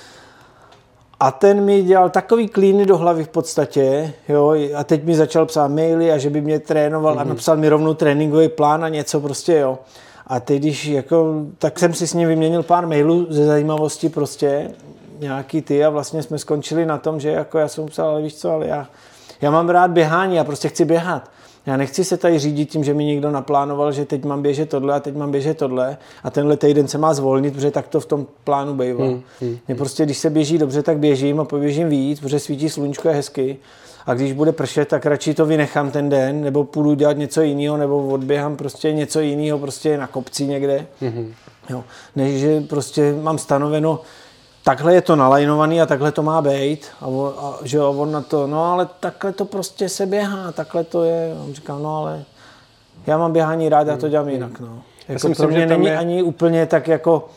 A ten mi dělal takový klíny do hlavy v podstatě, jo, a teď mi začal psát maily a že by mě trénoval mm-hmm. a napsal mi rovnou tréninkový plán a něco prostě, jo. A teď, když jako, tak jsem si s ním vyměnil pár mailů ze zajímavosti prostě, nějaký ty a vlastně jsme skončili na tom, že jako já jsem mu psal, ale víš co, ale já, já mám rád běhání, já prostě chci běhat. Já nechci se tady řídit tím, že mi někdo naplánoval, že teď mám běžet tohle a teď mám běžet tohle a tenhle týden se má zvolnit, protože tak to v tom plánu bývá. Hmm, hmm, Mě prostě, když se běží dobře, tak běžím a poběžím víc, protože svítí sluníčko je hezky. A když bude pršet, tak radši to vynechám ten den, nebo půjdu dělat něco jiného, nebo odběhám prostě něco jiného prostě na kopci někde. Hmm. Jo. Než že prostě mám stanoveno, takhle je to nalajnovaný a takhle to má být. A, on, a že jo, on na to, no ale takhle to prostě se běhá, takhle to je. A on říkal, no ale já mám běhání rád, já to dělám jinak. No. Jako pro mě není je... ani úplně tak jako,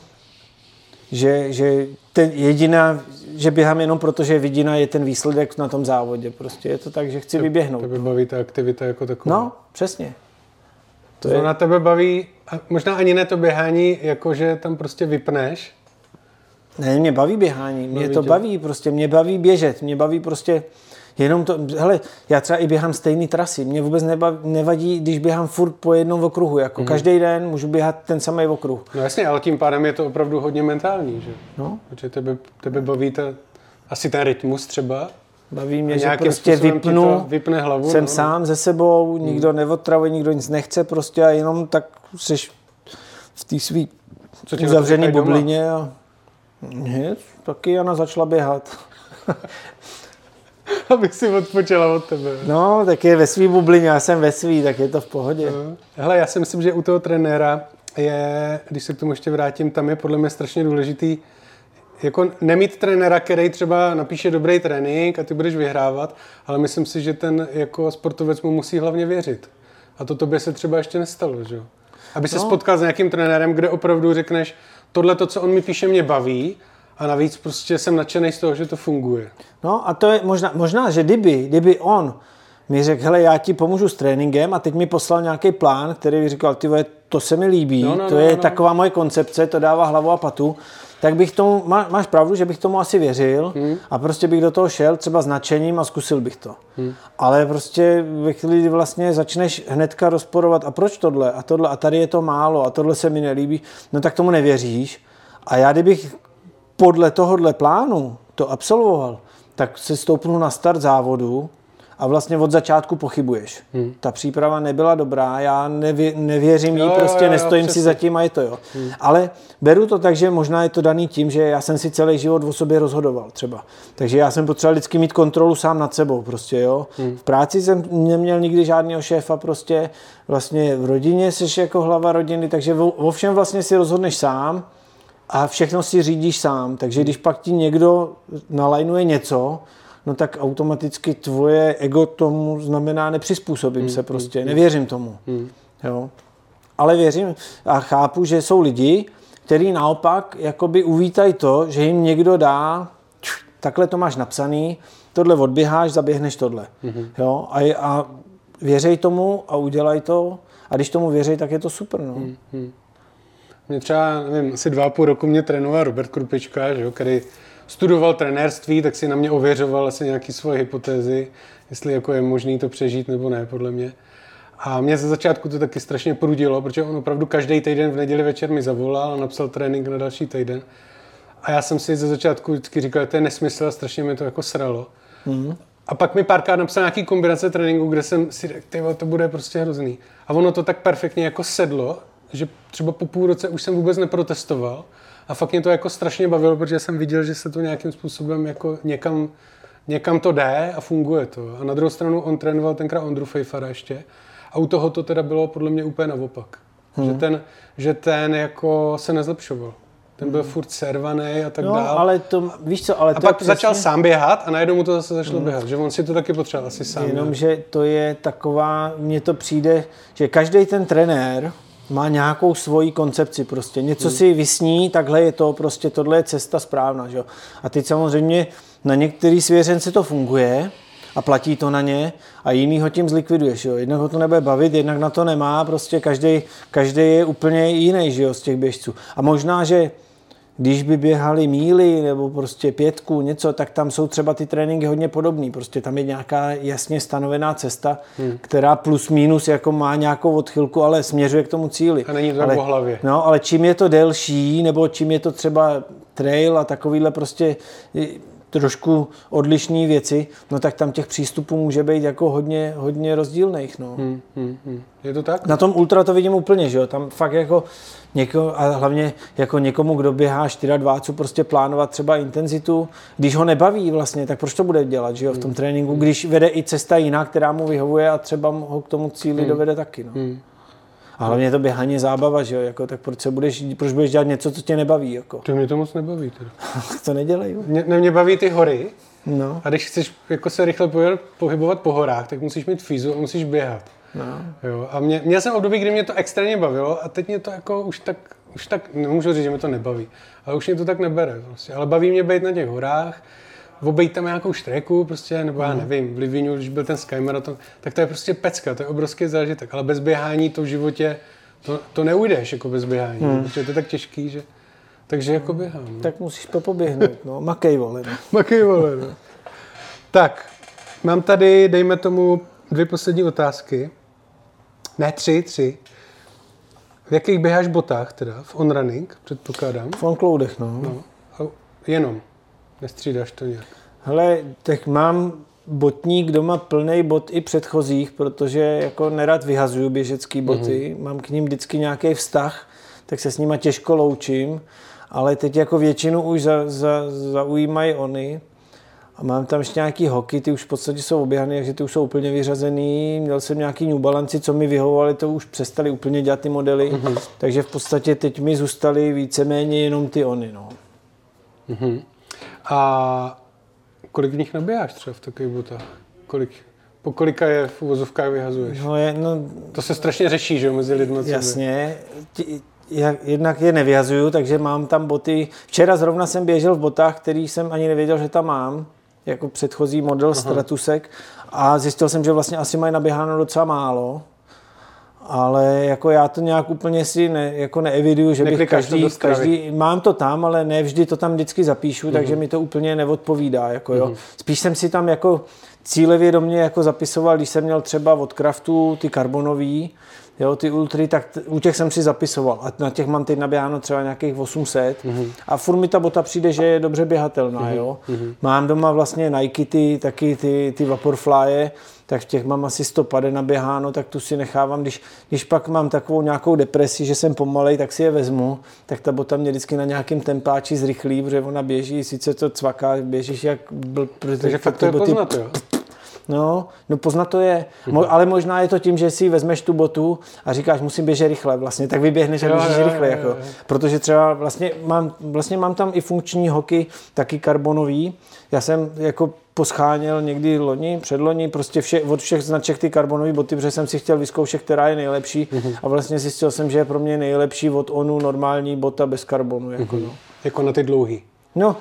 že, že ten jediná, že běhám jenom proto, že vidina je ten výsledek na tom závodě. Prostě je to tak, že chci to, vyběhnout. Tebe baví ta aktivita jako taková. No, přesně. To, to je... na tebe baví, a možná ani ne to běhání, jakože tam prostě vypneš. Ne, mě baví běhání, mě baví to tě. baví prostě, mě baví běžet, mě baví prostě jenom to, hele, já třeba i běhám stejný trasy, mě vůbec nebaví, nevadí, když běhám furt po jednom okruhu, jako mm-hmm. každý den můžu běhat ten samý okruh. No jasně, ale tím pádem je to opravdu hodně mentální, že? No. Protože tebe, tebe baví ta, asi ten rytmus třeba. Baví mě, že prostě vypnu, vypne hlavu, jsem no, sám ze sebou, hmm. nikdo neodtravuje, nikdo nic nechce prostě a jenom tak seš v té svý uzavřený bublině a nic, taky Jana začala běhat. Abych si odpočala od tebe. No, tak je ve svý bublině, já jsem ve svý, tak je to v pohodě. No. Hele, já si myslím, že u toho trenéra je, když se k tomu ještě vrátím, tam je podle mě strašně důležitý jako nemít trenéra, který třeba napíše dobrý trénink a ty budeš vyhrávat, ale myslím si, že ten jako sportovec mu musí hlavně věřit. A to tobě se třeba ještě nestalo, že jo? Aby se no. spotkal s nějakým trenérem, kde opravdu řekneš, tohle to, co on mi píše, mě baví a navíc prostě jsem nadšený z toho, že to funguje. No a to je možná, možná že kdyby, kdyby on mi řekl, hele, já ti pomůžu s tréninkem a teď mi poslal nějaký plán, který by říkal, ty vole, to se mi líbí, no, no, to no, je no. taková moje koncepce, to dává hlavu a patu, tak bych tomu, má, máš pravdu, že bych tomu asi věřil hmm. a prostě bych do toho šel třeba s nadšením a zkusil bych to. Hmm. Ale prostě ve chvíli, kdy vlastně začneš hnedka rozporovat a proč tohle a tohle a tady je to málo a tohle se mi nelíbí, no tak tomu nevěříš. A já kdybych podle tohohle plánu to absolvoval, tak se stoupnu na start závodu a vlastně od začátku pochybuješ. Hmm. Ta příprava nebyla dobrá, já nevě, nevěřím jí, prostě jo, jo, nestojím přesně. si za tím a je to jo. Hmm. Ale beru to tak, že možná je to daný tím, že já jsem si celý život o sobě rozhodoval třeba. Takže já jsem potřeboval vždycky mít kontrolu sám nad sebou prostě, jo. Hmm. V práci jsem neměl nikdy žádného šéfa prostě, vlastně v rodině jsi jako hlava rodiny, takže vo všem vlastně si rozhodneš sám a všechno si řídíš sám. Takže když pak ti někdo nalajnuje něco, no tak automaticky tvoje ego tomu znamená nepřizpůsobím hmm, se prostě, hmm, nevěřím tomu. Hmm. Jo. Ale věřím a chápu, že jsou lidi, kteří naopak jakoby uvítají to, že jim někdo dá, takhle to máš napsaný, tohle odběháš, zaběhneš tohle. Hmm. Jo. A, a věřej tomu a udělaj to a když tomu věřej, tak je to super. No. Hmm, hmm. Mě třeba, nevím, asi dva a půl roku mě trénoval Robert Krupička, že jo, který studoval trenérství, tak si na mě ověřoval asi nějaké svoje hypotézy, jestli jako je možný to přežít nebo ne, podle mě. A mě ze začátku to taky strašně prudilo, protože on opravdu každý týden v neděli večer mi zavolal a napsal trénink na další týden. A já jsem si ze začátku vždycky říkal, že to je nesmysl a strašně mi to jako sralo. Mm. A pak mi párkrát napsal nějaký kombinace tréninku, kde jsem si řekl, tyjo, to bude prostě hrozný. A ono to tak perfektně jako sedlo, že třeba po půl roce už jsem vůbec neprotestoval. A fakt mě to jako strašně bavilo, protože jsem viděl, že se to nějakým způsobem jako někam, někam to jde a funguje to. A na druhou stranu on trénoval tenkrát Ondru Fejfara ještě. A u toho to teda bylo podle mě úplně naopak. Hmm. Že ten, že ten jako se nezlepšoval. ten byl furt servaný a tak no, dále. ale to, víš co, ale a to pak přesně... začal sám běhat a najednou mu to zase začalo mm. běhat, že on si to taky potřeboval asi sám. Jenomže to je taková, mně to přijde, že každý ten trenér má nějakou svoji koncepci prostě. Něco hmm. si vysní, takhle je to, prostě tohle je cesta správná, že jo. A teď samozřejmě na některý svěřence to funguje a platí to na ně a jiný ho tím zlikviduješ, jo. Jednak ho to nebude bavit, jednak na to nemá, prostě každý, každý je úplně jiný, že jo, z těch běžců. A možná, že když by běhali míly nebo prostě pětku, něco, tak tam jsou třeba ty tréninky hodně podobný. Prostě tam je nějaká jasně stanovená cesta, hmm. která plus minus jako má nějakou odchylku, ale směřuje k tomu cíli. A není to ale, po hlavě. No, ale čím je to delší, nebo čím je to třeba trail a takovýhle prostě trošku odlišné věci, no tak tam těch přístupů může být jako hodně, hodně rozdílných. No. Hmm, hmm, hmm. Je to tak? Na tom ultra to vidím úplně, že jo, tam fakt jako něko, a hlavně jako někomu, kdo běhá čtyřadvacet, prostě plánovat třeba intenzitu, když ho nebaví vlastně, tak proč to bude dělat, že jo, v tom tréninku, když vede i cesta jiná, která mu vyhovuje a třeba ho k tomu cíli hmm. dovede taky, no. Hmm. A hlavně to běhání je zábava, že jo, jako, tak proč, se budeš, proč budeš dělat něco, co tě nebaví, jako. To mě to moc nebaví, teda. To nedělej. Mě, ne, mě baví ty hory, no. A když chceš jako se rychle pohybovat po horách, tak musíš mít fízu a musíš běhat. No. Jo, a mě, měl jsem období, kdy mě to extrémně bavilo a teď mě to jako už tak, už tak, nemůžu říct, že mě to nebaví, ale už mě to tak nebere prostě, ale baví mě být na těch horách, obejít tam nějakou štreku prostě, nebo já nevím, v Livíňu, když byl ten skymaraton, tak to je prostě pecka, to je obrovský zážitek, ale bez běhání to v životě, to, to neujdeš jako bez běhání, hmm. protože to je tak těžký, že, takže jako běhám. No. Tak musíš popoběhnout, no, makej vole. No. Makej vole, no. Tak, mám tady, dejme tomu, dvě poslední otázky. Ne, tři, tři. V jakých běháš botách teda? V on-running, předpokládám? V on-cloudech, no. no. Jenom. Nestřídáš to nějak. Hele, tak mám botník doma plnej bot i předchozích, protože jako nerad vyhazuju běžecký boty. Mm-hmm. Mám k ním vždycky nějaký vztah, tak se s nima těžko loučím. Ale teď jako většinu už za, za, zaujímají oni. A mám tam ještě nějaký hoky, ty už v podstatě jsou oběhaný, takže ty už jsou úplně vyřazený. Měl jsem nějaký New Balance, co mi vyhovovali, to už přestali úplně dělat ty modely. Mm-hmm. Takže v podstatě teď mi zůstaly víceméně jenom ty ony. No. Mm-hmm. A kolik v nich naběháš třeba v takových botách? Kolik, po kolika je v uvozovkách vyhazuješ? No je, no, to se strašně řeší, že mezi lidmi. Jasně. Ti, jak, jednak je nevyhazuju, takže mám tam boty. Včera zrovna jsem běžel v botách, který jsem ani nevěděl, že tam mám. Jako předchozí model Aha. Stratusek. A zjistil jsem, že vlastně asi mají naběháno docela málo. Ale jako já to nějak úplně si ne, jako neeviduju, že bych každý, každý, mám to tam, ale ne vždy to tam vždycky zapíšu, mm-hmm. takže mi to úplně neodpovídá. Jako, jo. Mm-hmm. Spíš jsem si tam jako cílevědomě jako zapisoval, když jsem měl třeba od Craftu ty karbonový, jo, ty ultry, tak t- u těch jsem si zapisoval a na těch mám teď naběháno třeba nějakých osm set mm-hmm. a furt mi ta bota přijde, že je dobře běhatelná. Mm-hmm. Jo. Mm-hmm. Mám doma vlastně Nike, ty, taky ty, ty Vaporflye, tak v těch mám asi sto padesát naběháno, tak tu si nechávám, když, když pak mám takovou nějakou depresi, že jsem pomalej, tak si je vezmu, tak ta bota mě vždycky na nějakém tempáči zrychlí, protože ona běží, sice to cvaká, běžíš jak... Bl, Takže fakt to je poznat, jo? No, no poznat to je, Mo, ale možná je to tím, že si vezmeš tu botu a říkáš, musím běžet rychle vlastně, tak vyběhneš a běžíš jo, rychle, jo, jako. Jo, jo. Protože třeba vlastně mám, vlastně mám tam i funkční hoky, taky karbonový. Já jsem jako poscháněl někdy loni, předloni, prostě vše, od všech značek ty karbonové boty, protože jsem si chtěl vyzkoušet, která je nejlepší mm-hmm. a vlastně zjistil jsem, že je pro mě nejlepší od Onu normální bota bez karbonu. Jako, mm-hmm. no. Jako na ty dlouhý. No,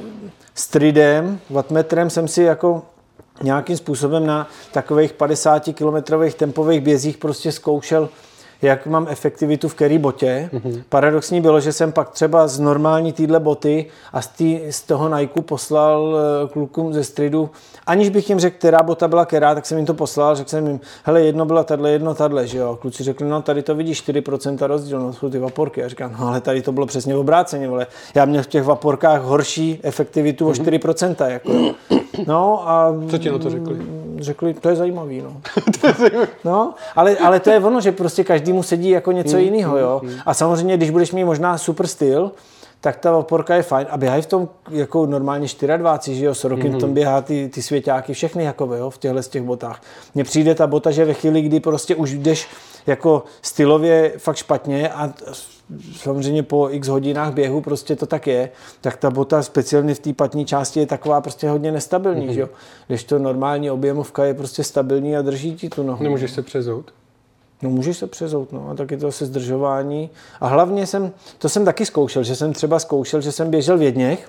s tridem, wattmetrem jsem si jako nějakým způsobem na takových padesátikilometrových tempových bězích prostě zkoušel, jak mám efektivitu v který botě. Mm-hmm. Paradoxní bylo, že jsem pak třeba z normální týhle boty a z, tý, z toho Nike poslal klukům ze Stridu, aniž bych jim řekl, která bota byla která, tak jsem jim to poslal, řekl jsem jim, hele, jedno byla tahle, jedno tahle, že jo. Kluci řekli, no tady to vidíš, čtyři procenta rozdíl, no jsou ty vaporky. Já říkám, no ale tady to bylo přesně obráceně, vole. Já měl v těch vaporkách horší efektivitu mm-hmm. o čtyři procenta, jako. No a... Co ti na to řekli? Řekli, to je zajímavý, no. to je zajímavý. No, ale, ale to je ono, že prostě každému sedí jako něco mm, jiného, jo. Mm, a samozřejmě, když budeš mít možná super styl, tak ta vaporka je fajn a běhají v tom jako normálně dvacet čtyři, že jo, Sorokin mm-hmm. v tom běhá ty, ty svěťáky, všechny jako, jo, v těchhle z těch botách. Mně přijde ta bota, že ve chvíli, kdy prostě už jdeš jako stylově fakt špatně a samozřejmě po x hodinách běhu prostě to tak je, tak ta bota speciálně v té patní části je taková prostě hodně nestabilní, mm-hmm. že jo? Když to normální objemovka je prostě stabilní a drží ti tu nohu. Nemůžeš se přezout? No můžeš se přezout, no a taky to asi zdržování. A hlavně jsem, to jsem taky zkoušel, že jsem třeba zkoušel, že jsem běžel v jedněch,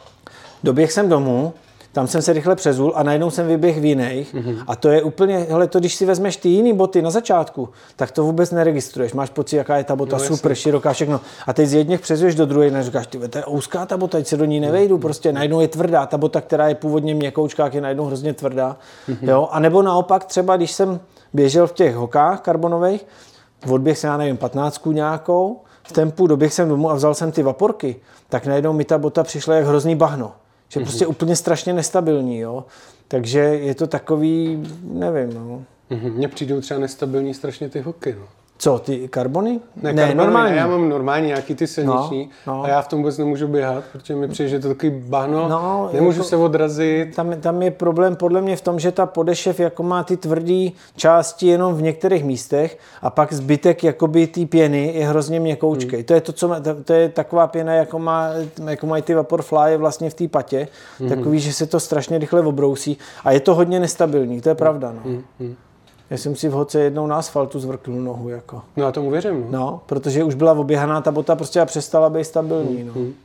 doběh jsem domů, tam jsem se rychle přezul a najednou jsem vyběh v jiných. Mm-hmm. A to je úplně, hele, to když si vezmeš ty jiný boty na začátku, tak to vůbec neregistruješ. Máš pocit, jaká je ta bota, no, super, jasný. Široká, všechno. A teď z jedněch přezuješ do druhé, a říkáš, ty, to je úzká ta bota, teď se do ní nevejdu, prostě najednou je tvrdá. Ta bota, která je původně měkoučká, je najednou hrozně tvrdá. Mm-hmm. Jo? A nebo naopak třeba, když jsem běžel v těch hokách karbonových, odběh jsem, já nevím, patnáctku nějakou, v tempu doběh jsem domů a vzal jsem ty vaporky, tak najednou mi ta bota přišla jak hrozný bahno. Že mm-hmm. prostě úplně strašně nestabilní, jo. Takže je to takový, nevím, no. Mm-hmm. Mně přijdou třeba nestabilní strašně ty hoky, no. Co, ty karbony? Ne, ne karbony, normální. Já mám normální nějaký ty silniční no, no. a já v tom vůbec nemůžu běhat, protože mi přijde, že to takový bahno, no, nemůžu jako, se odrazit. Tam, tam je problém podle mě v tom, že ta podešev jako má ty tvrdý části jenom v některých místech a pak zbytek jakoby ty pěny je hrozně měkoučkej. Hmm. To je to, co má, to je taková pěna, jako, má, jako mají ty Vaporfly vlastně v té patě, hmm. takový, že se to strašně rychle obrousí a je to hodně nestabilní, to je pravda, no. Hmm. Hmm. Já jsem si v hoce jednou na asfaltu zvrknul nohu. Jako. No a tomu věřím. No. no, protože už byla oběhaná ta bota prostě a přestala být stabilní. No. Mm,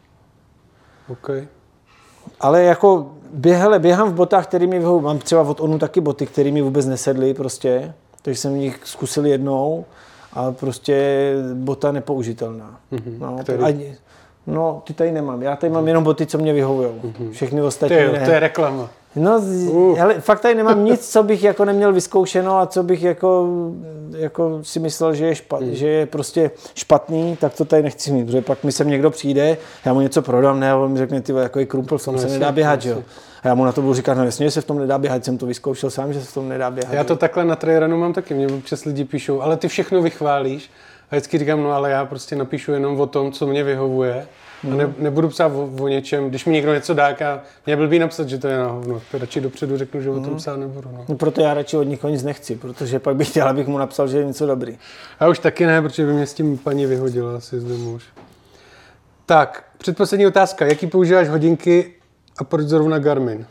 okay. Ale jako běhele, běhám v botách, které mi vyhovují. Mám třeba od Onu taky boty, které mi vůbec nesedly prostě. Takže jsem jich zkusil jednou a prostě bota nepoužitelná. Mm-hmm. No, který? Ani, no, ty tady nemám. Já tady mám jenom boty, co mě vyhovují. Mm-hmm. Všechny ostatní Ty, ne. To je reklama. No, uh. ale fakt tady nemám nic, co bych jako neměl vyzkoušeno a co bych jako, jako si myslel, že je, špat, mm. že je prostě špatný, tak to tady nechci mít, protože pak mi sem někdo přijde, já mu něco prodám, ne, a on mi řekne, ty jako je krumpl, v tom no, se nedá běhat, že jo. A já mu na to budu říkat, no jasně, že se v tom nedá běhat, jsem to vyzkoušel sám, že se v tom nedá běhat. Já to takhle na trailrunu mám taky, mě občas lidi píšou, ale ty všechno vychválíš a vždycky říkám, no ale já prostě napíšu jenom o tom, co mě vyhovuje. A ne, nebudu psát o, o něčem, když mi někdo něco dá, a mě blbý napsat, že to je na hovno. To radši dopředu řeknu, že o tom psát nebudu. No. No, proto já radši od nikoho nic nechci, protože pak bych chtěl, abych mu napsal, že je něco dobrý. A už taky ne, protože by mě s tím paní vyhodila asi zde muž. Tak, předposlední otázka. Jaký používáš hodinky a proč zrovna Garmin?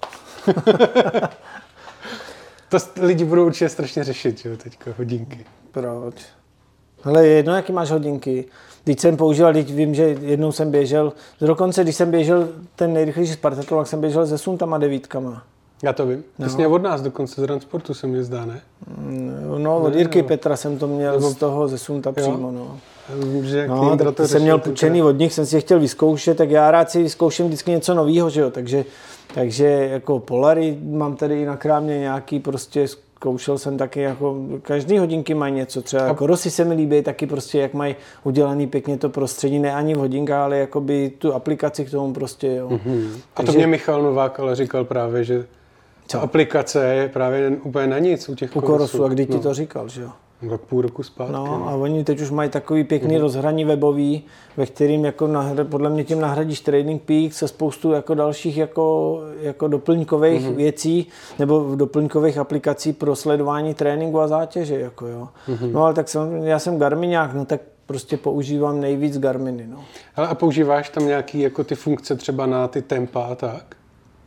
To lidi budou určitě strašně řešit, že jo, teďka hodinky. Proč? Hele, je jedno, jaký máš hodinky. Když jsem používal, když vím, že jednou jsem běžel, dokonce když jsem běžel ten nejrychlejší Spartatlon, tak jsem běžel se Suntama devítkama. Já to vím. No. Ty jsi měl od nás dokonce z Transportu, se mě zdá, ne? No, od Jirky no. Petra jsem to měl Nebo... z toho ze Sunta přímo, no. Vím, že no, tak to jsem měl půjčený od nich, jsem si je chtěl vyzkoušet, tak já rád si vyzkouším vždycky něco nového, že jo, takže, takže jako Polary mám tady i na krámě nějaký prostě, zkoušel jsem taky jako, každý hodinky mají něco, třeba jako Rosy se mi líbí taky prostě, jak mají udělaný pěkně to prostředí, ne ani v hodinkách, ale jakoby tu aplikaci k tomu prostě, jo. Mm-hmm. A takže... to mě Michal Novák ale říkal právě, že ta aplikace je právě úplně na nic u těch u Korosu. A kdy ti no. to říkal, že jo? Tak půl roku zpátky. No, no. A oni teď už mají takový pěkný uh-huh. rozhraní webový, ve kterým jako nahra, podle mě tím nahradíš Training Peaks a spoustu jako dalších jako, jako doplňkových uh-huh. věcí nebo doplňkových aplikací pro sledování tréninku a zátěže. Jako, jo. Uh-huh. No ale tak jsem, já jsem Garminák, no tak prostě používám nejvíc Garminy. No. Ale a používáš tam nějaký jako ty funkce třeba na ty tempa a tak?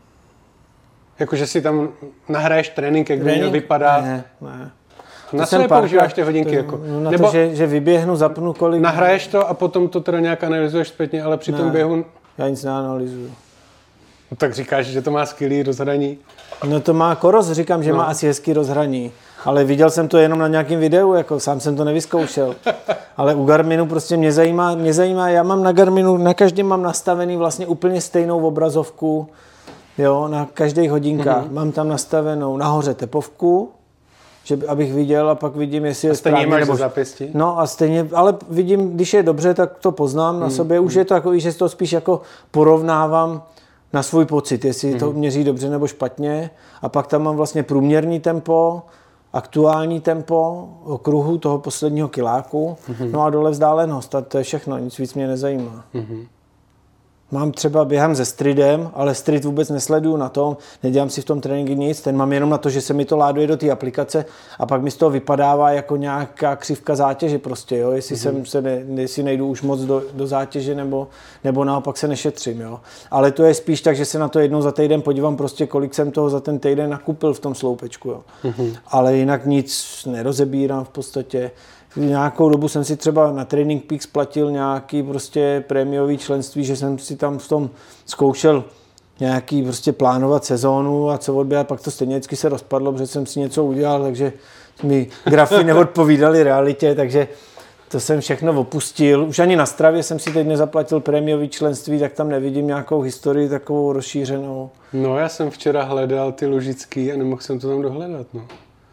Jakože si tam nahraješ trénink, jak by měl vypadat? Ne, ne. Na co je používáš ty hodinky? To, jako? No na Nebo to, že, že vyběhnu, zapnu kolik... Nahraješ to a potom to teda nějak analyzuješ zpětně, ale při ne, tom běhu... Já nic neanalyzuju. No tak říkáš, že to má skvělý rozhraní. No to má Koros, říkám, že no. má asi hezký rozhraní. Ale viděl jsem to jenom na nějakém videu, jako sám jsem to nevyzkoušel. Ale u Garminu prostě mě zajímá, mě zajímá, já mám na Garminu, na každém mám nastavený vlastně úplně stejnou obrazovku, jo, na každých hodinkách. Mm-hmm. Mám tam nastavenou nahoře tepovku, že abych viděl a pak vidím, jestli je správně. Stejně máš nebo... zápěstí? No a stejně, ale vidím, když je dobře, tak to poznám mm, na sobě. Už mm. je to takový, že to spíš jako porovnávám na svůj pocit, jestli mm. to měří dobře nebo špatně. A pak tam mám vlastně průměrný tempo, aktuální tempo okruhu toho posledního kiláku, mm. no a dole vzdálenost. A to je všechno, nic víc mě nezajímá. Mm. Mám třeba, běhám se stridem, ale strid vůbec nesleduju na tom, nedělám si v tom tréninku nic, ten mám jenom na to, že se mi to láduje do té aplikace a pak mi z toho vypadává jako nějaká křivka zátěže prostě, jo, jestli, mm-hmm. jsem se ne, jestli nejdu už moc do, do zátěže nebo, nebo naopak se nešetřím, jo. Ale to je spíš tak, že se na to jednou za týden podívám prostě, kolik jsem toho za ten týden nakupil v tom sloupečku, jo. Mm-hmm. Ale jinak nic nerozebírám v podstatě. Nějakou dobu jsem si třeba na Training Peaks platil nějaký prostě prémiový členství, že jsem si tam v tom zkoušel nějaký prostě plánovat sezónu a co odběhat, pak to stejně vždycky se rozpadlo, protože jsem si něco udělal, takže mi grafy neodpovídaly realitě, takže to jsem všechno opustil. Už ani na Stravě jsem si teď nezaplatil prémiový členství, tak tam nevidím nějakou historii takovou rozšířenou. No já jsem včera hledal ty Lužický a nemohl jsem to tam dohledat, no.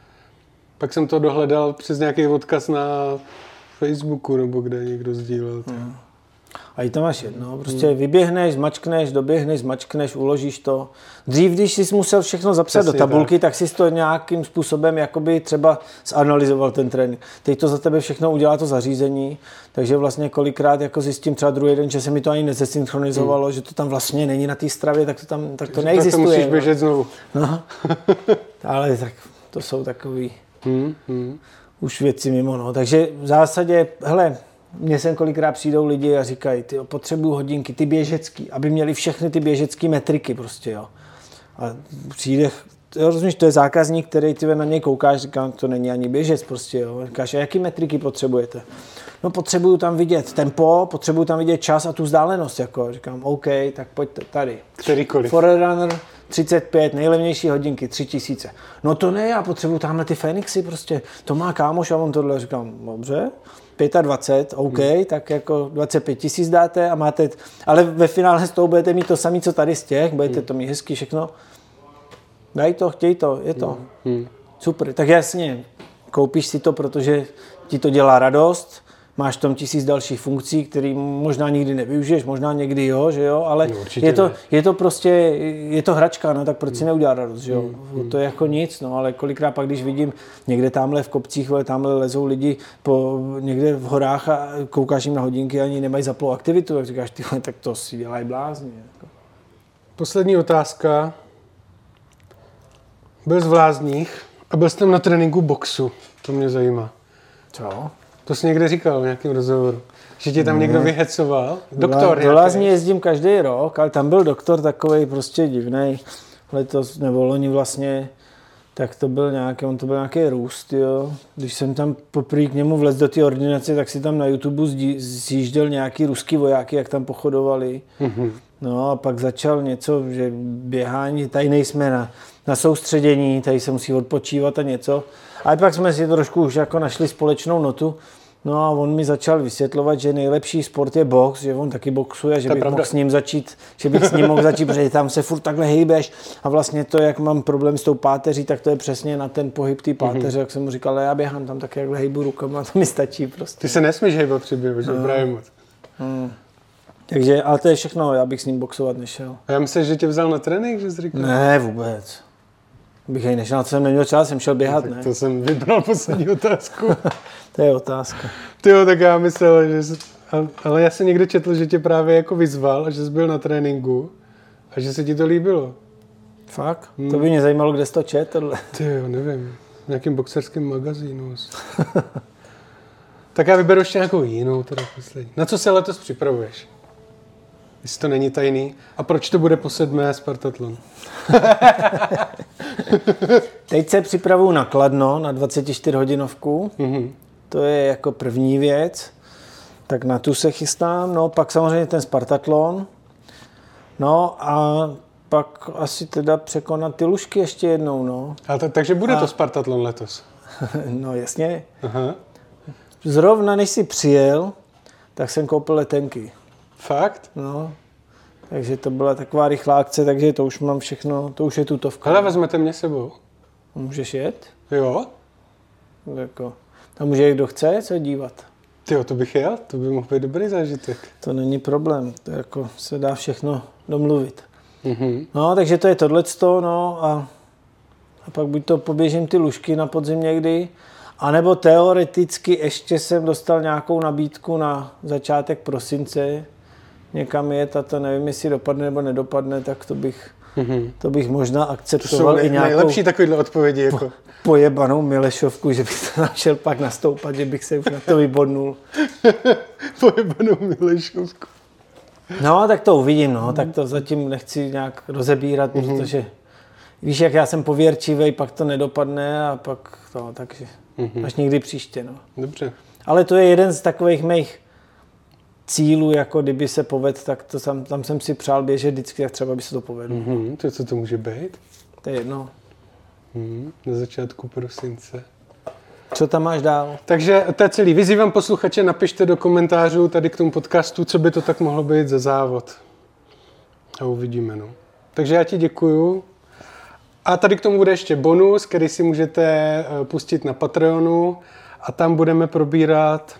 Pak jsem to dohledal přes nějaký odkaz na Facebooku, nebo kde někdo sdílel. Hmm. A i to máš jedno. Prostě hmm. vyběhneš, zmačkneš, doběhneš, zmačkneš, uložíš to. Dřív, když jsi musel všechno zapsat Přesně do tabulky, tak. tak jsi to nějakým způsobem jakoby třeba zanalyzoval ten trénink. Teď to za tebe všechno udělá to zařízení, takže vlastně kolikrát jako zjistím třeba druhý den, že se mi to ani nezesynchronizovalo, hmm. že to tam vlastně není na té Stravě, tak to tam tak to neexistuje. Tak to musíš běžet znovu. No. Ale tak to jsou takový Hmm, hmm. už věci mimo, no. Takže v zásadě, hele, mně sem kolikrát přijdou lidi a říkají, ty potřebuju hodinky, ty běžecký, aby měli všechny ty běžecké metriky prostě, jo. A přijde, jo, rozumíš, to je zákazník, který ty na něj koukáš, říkám, to není ani běžec prostě, jo. Říkáš, a jaký metriky potřebujete? No potřebuju tam vidět tempo, potřebuju tam vidět čas a tu vzdálenost, jako. Říkám, OK, tak pojďte tady. Kterýkoliv. Forerunner třicet pět, nejlevnější hodinky, tři tisíce. No to ne, já potřebuju tamhle ty Fenixy prostě, to má kámoš a on tohle, říkám, dobře, dvacet pět, OK, hmm. tak jako dvacet pět tisíc dáte a máte, ale ve finále z toho budete mít to samé, co tady z těch, budete hmm. to mít hezky všechno. Daj to, chtěj to, je to. Hmm. Super, tak jasně, koupíš si to, protože ti to dělá radost, máš tam tisíc dalších funkcí, které možná nikdy nevyužiješ, možná někdy jo, že jo, ale no, je, to, je to prostě, je to hračka, no tak proč si neudělat radost, že jo, mm, to je jako nic, no, ale kolikrát pak, když vidím někde tamhle v kopcích, tamhle lezou lidi po, někde v horách a koukáš jim na hodinky a ani nemají zaplou aktivitu, tak říkáš, tyhle, tak to si dělají blázni. Jako. Poslední otázka. Byl jsi v Lázních a byl jsi tam na tréninku boxu, to mě zajímá. Co? To jsi někde říkal v nějakém rozhovoru, že tě tam někdo vyhecoval. Doktor. Do Lázní jezdím každý rok, ale tam byl doktor takovej prostě divnej. Letos nebo loni vlastně, tak to byl nějaký, on to byl nějaký růst, jo. Když jsem tam poprvé k němu vlez do té ordinace, tak si tam na YouTube zjížděl nějaký ruský vojáky, jak tam pochodovali. Mm-hmm. No a pak začal něco, že běhání, tady nejsme na, na soustředění, tady se musí odpočívat a něco. A pak jsme si trošku už jako našli společnou notu. No a on mi začal vysvětlovat, že nejlepší sport je box, že on taky boxuje, že bych mohl s ním začít, že bych s ním mohl začít, protože tam se furt takhle hejbeš a vlastně to, jak mám problém s tou páteří, tak to je přesně na ten pohyb té páteře, mm-hmm. jak jsem mu říkal, ale já běhám tam taky jakhle hejbu rukama, to mi stačí prostě. Ty se nesmíš hejbat při běhu, že právě moc. Hmm. Takže, ale to je všechno, já bych s ním boxovat nešel. A já myslím, že tě vzal na trénink, že jsi říkal? Ne, vůbec. Bych jej nešel, na co jsem neměl čas, jsem šel běhat, no, ne? To jsem vybral poslední otázku. To je otázka. Tyjo, tak já myslel, že jsi, ale já jsem někde četl, že tě právě jako vyzval a že jsi byl na tréninku a že se ti to líbilo. Fakt? Hmm. To by mě zajímalo, kde jsi to četl. Tyjo, nevím. V nějakém boxerském magazínu. Tak já vyberu ještě nějakou jinou, teda poslední. Na co se letos připravuješ? Jestli to není tajný. A proč to bude po sedmé Spartatlon? Teď se připravuju na Kladno, na dvacetičtyřhodinovku. Mm-hmm. To je jako první věc. Tak na tu se chystám. No, pak samozřejmě ten Spartatlon. No a pak asi teda překonat ty Lužky ještě jednou, no. A to, takže bude a... to Spartatlon letos? No jasně. Aha. Zrovna než jsi přijel, tak jsem koupil letenky. Fakt? No. Takže to byla taková rychlá akce, takže to už mám všechno, to už je tutovka. Hele, vezmete mě sebou. Můžeš jet? Jo. Jako, tam může kdo chce se dívat. Tyjo, to bych jel, to by mohl být dobrý zážitek. To není problém, to jako se dá všechno domluvit. Mm-hmm. No, takže to je tohleto, no a, a pak buď to poběžím ty Lužky na podzim někdy, anebo teoreticky ještě jsem dostal nějakou nabídku na začátek prosince, někam jet a to nevím, jestli dopadne nebo nedopadne, tak to bych, mm-hmm. to bych možná akceptoval. To jsou i nějakou nejlepší takovýhle odpovědi. Jako. Po, pojebanou Milešovku, že bych to našel pak nastoupat, že bych se už na to vybodnul. Pojebanou Milešovku. No, tak to uvidím, no, tak to zatím nechci nějak rozebírat, mm-hmm. protože víš, jak já jsem pověrčivej, pak to nedopadne a pak to, takže mm-hmm. až někdy příště, no. Dobře. Ale to je jeden z takových mých cílů, jako kdyby se povedl, tak to tam, tam jsem si přál běžet vždycky, tak třeba by se to povedlo. Mm-hmm. To co to může být? To je jedno. Mm, na začátku prosince. Co tam máš dál? Takže to je celý. Vyzývám posluchače, napište do komentářů tady k tomu podcastu, co by to tak mohlo být za závod. A uvidíme, no. Takže já ti děkuju. A tady k tomu bude ještě bonus, který si můžete pustit na Patreonu a tam budeme probírat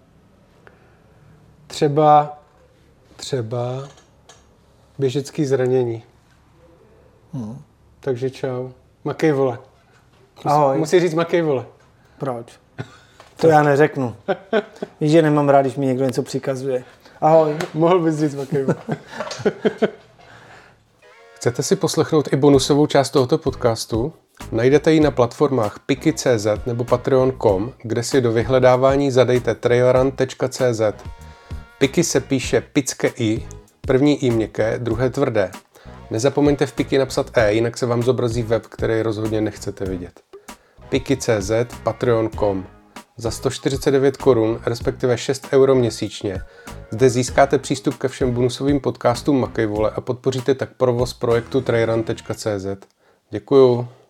třeba třeba běžecký zranění. Hmm. Takže čau. Makej vole. Ahoj. Musí říct makej vole. Proč? To já neřeknu. Víš, že nemám rád, když mi někdo něco přikazuje. Ahoj. Mohl bys říct makej vole. Chcete si poslechnout i bonusovou část tohoto podcastu? Najdete ji na platformách piky tečka cé zet nebo patreon tečka com, kde si do vyhledávání zadejte trailrun tečka cé zet. Piky se píše pické i, první i měkké, druhé tvrdé. Nezapomeňte v piky napsat e, jinak se vám zobrazí web, který rozhodně nechcete vidět. piky tečka cé zet, patreon tečka com. Za sto čtyřicet devět korun, respektive šest euro měsíčně, zde získáte přístup ke všem bonusovým podcastům Makej vole a podpoříte tak provoz projektu trailrun tečka cé zet. Děkuju.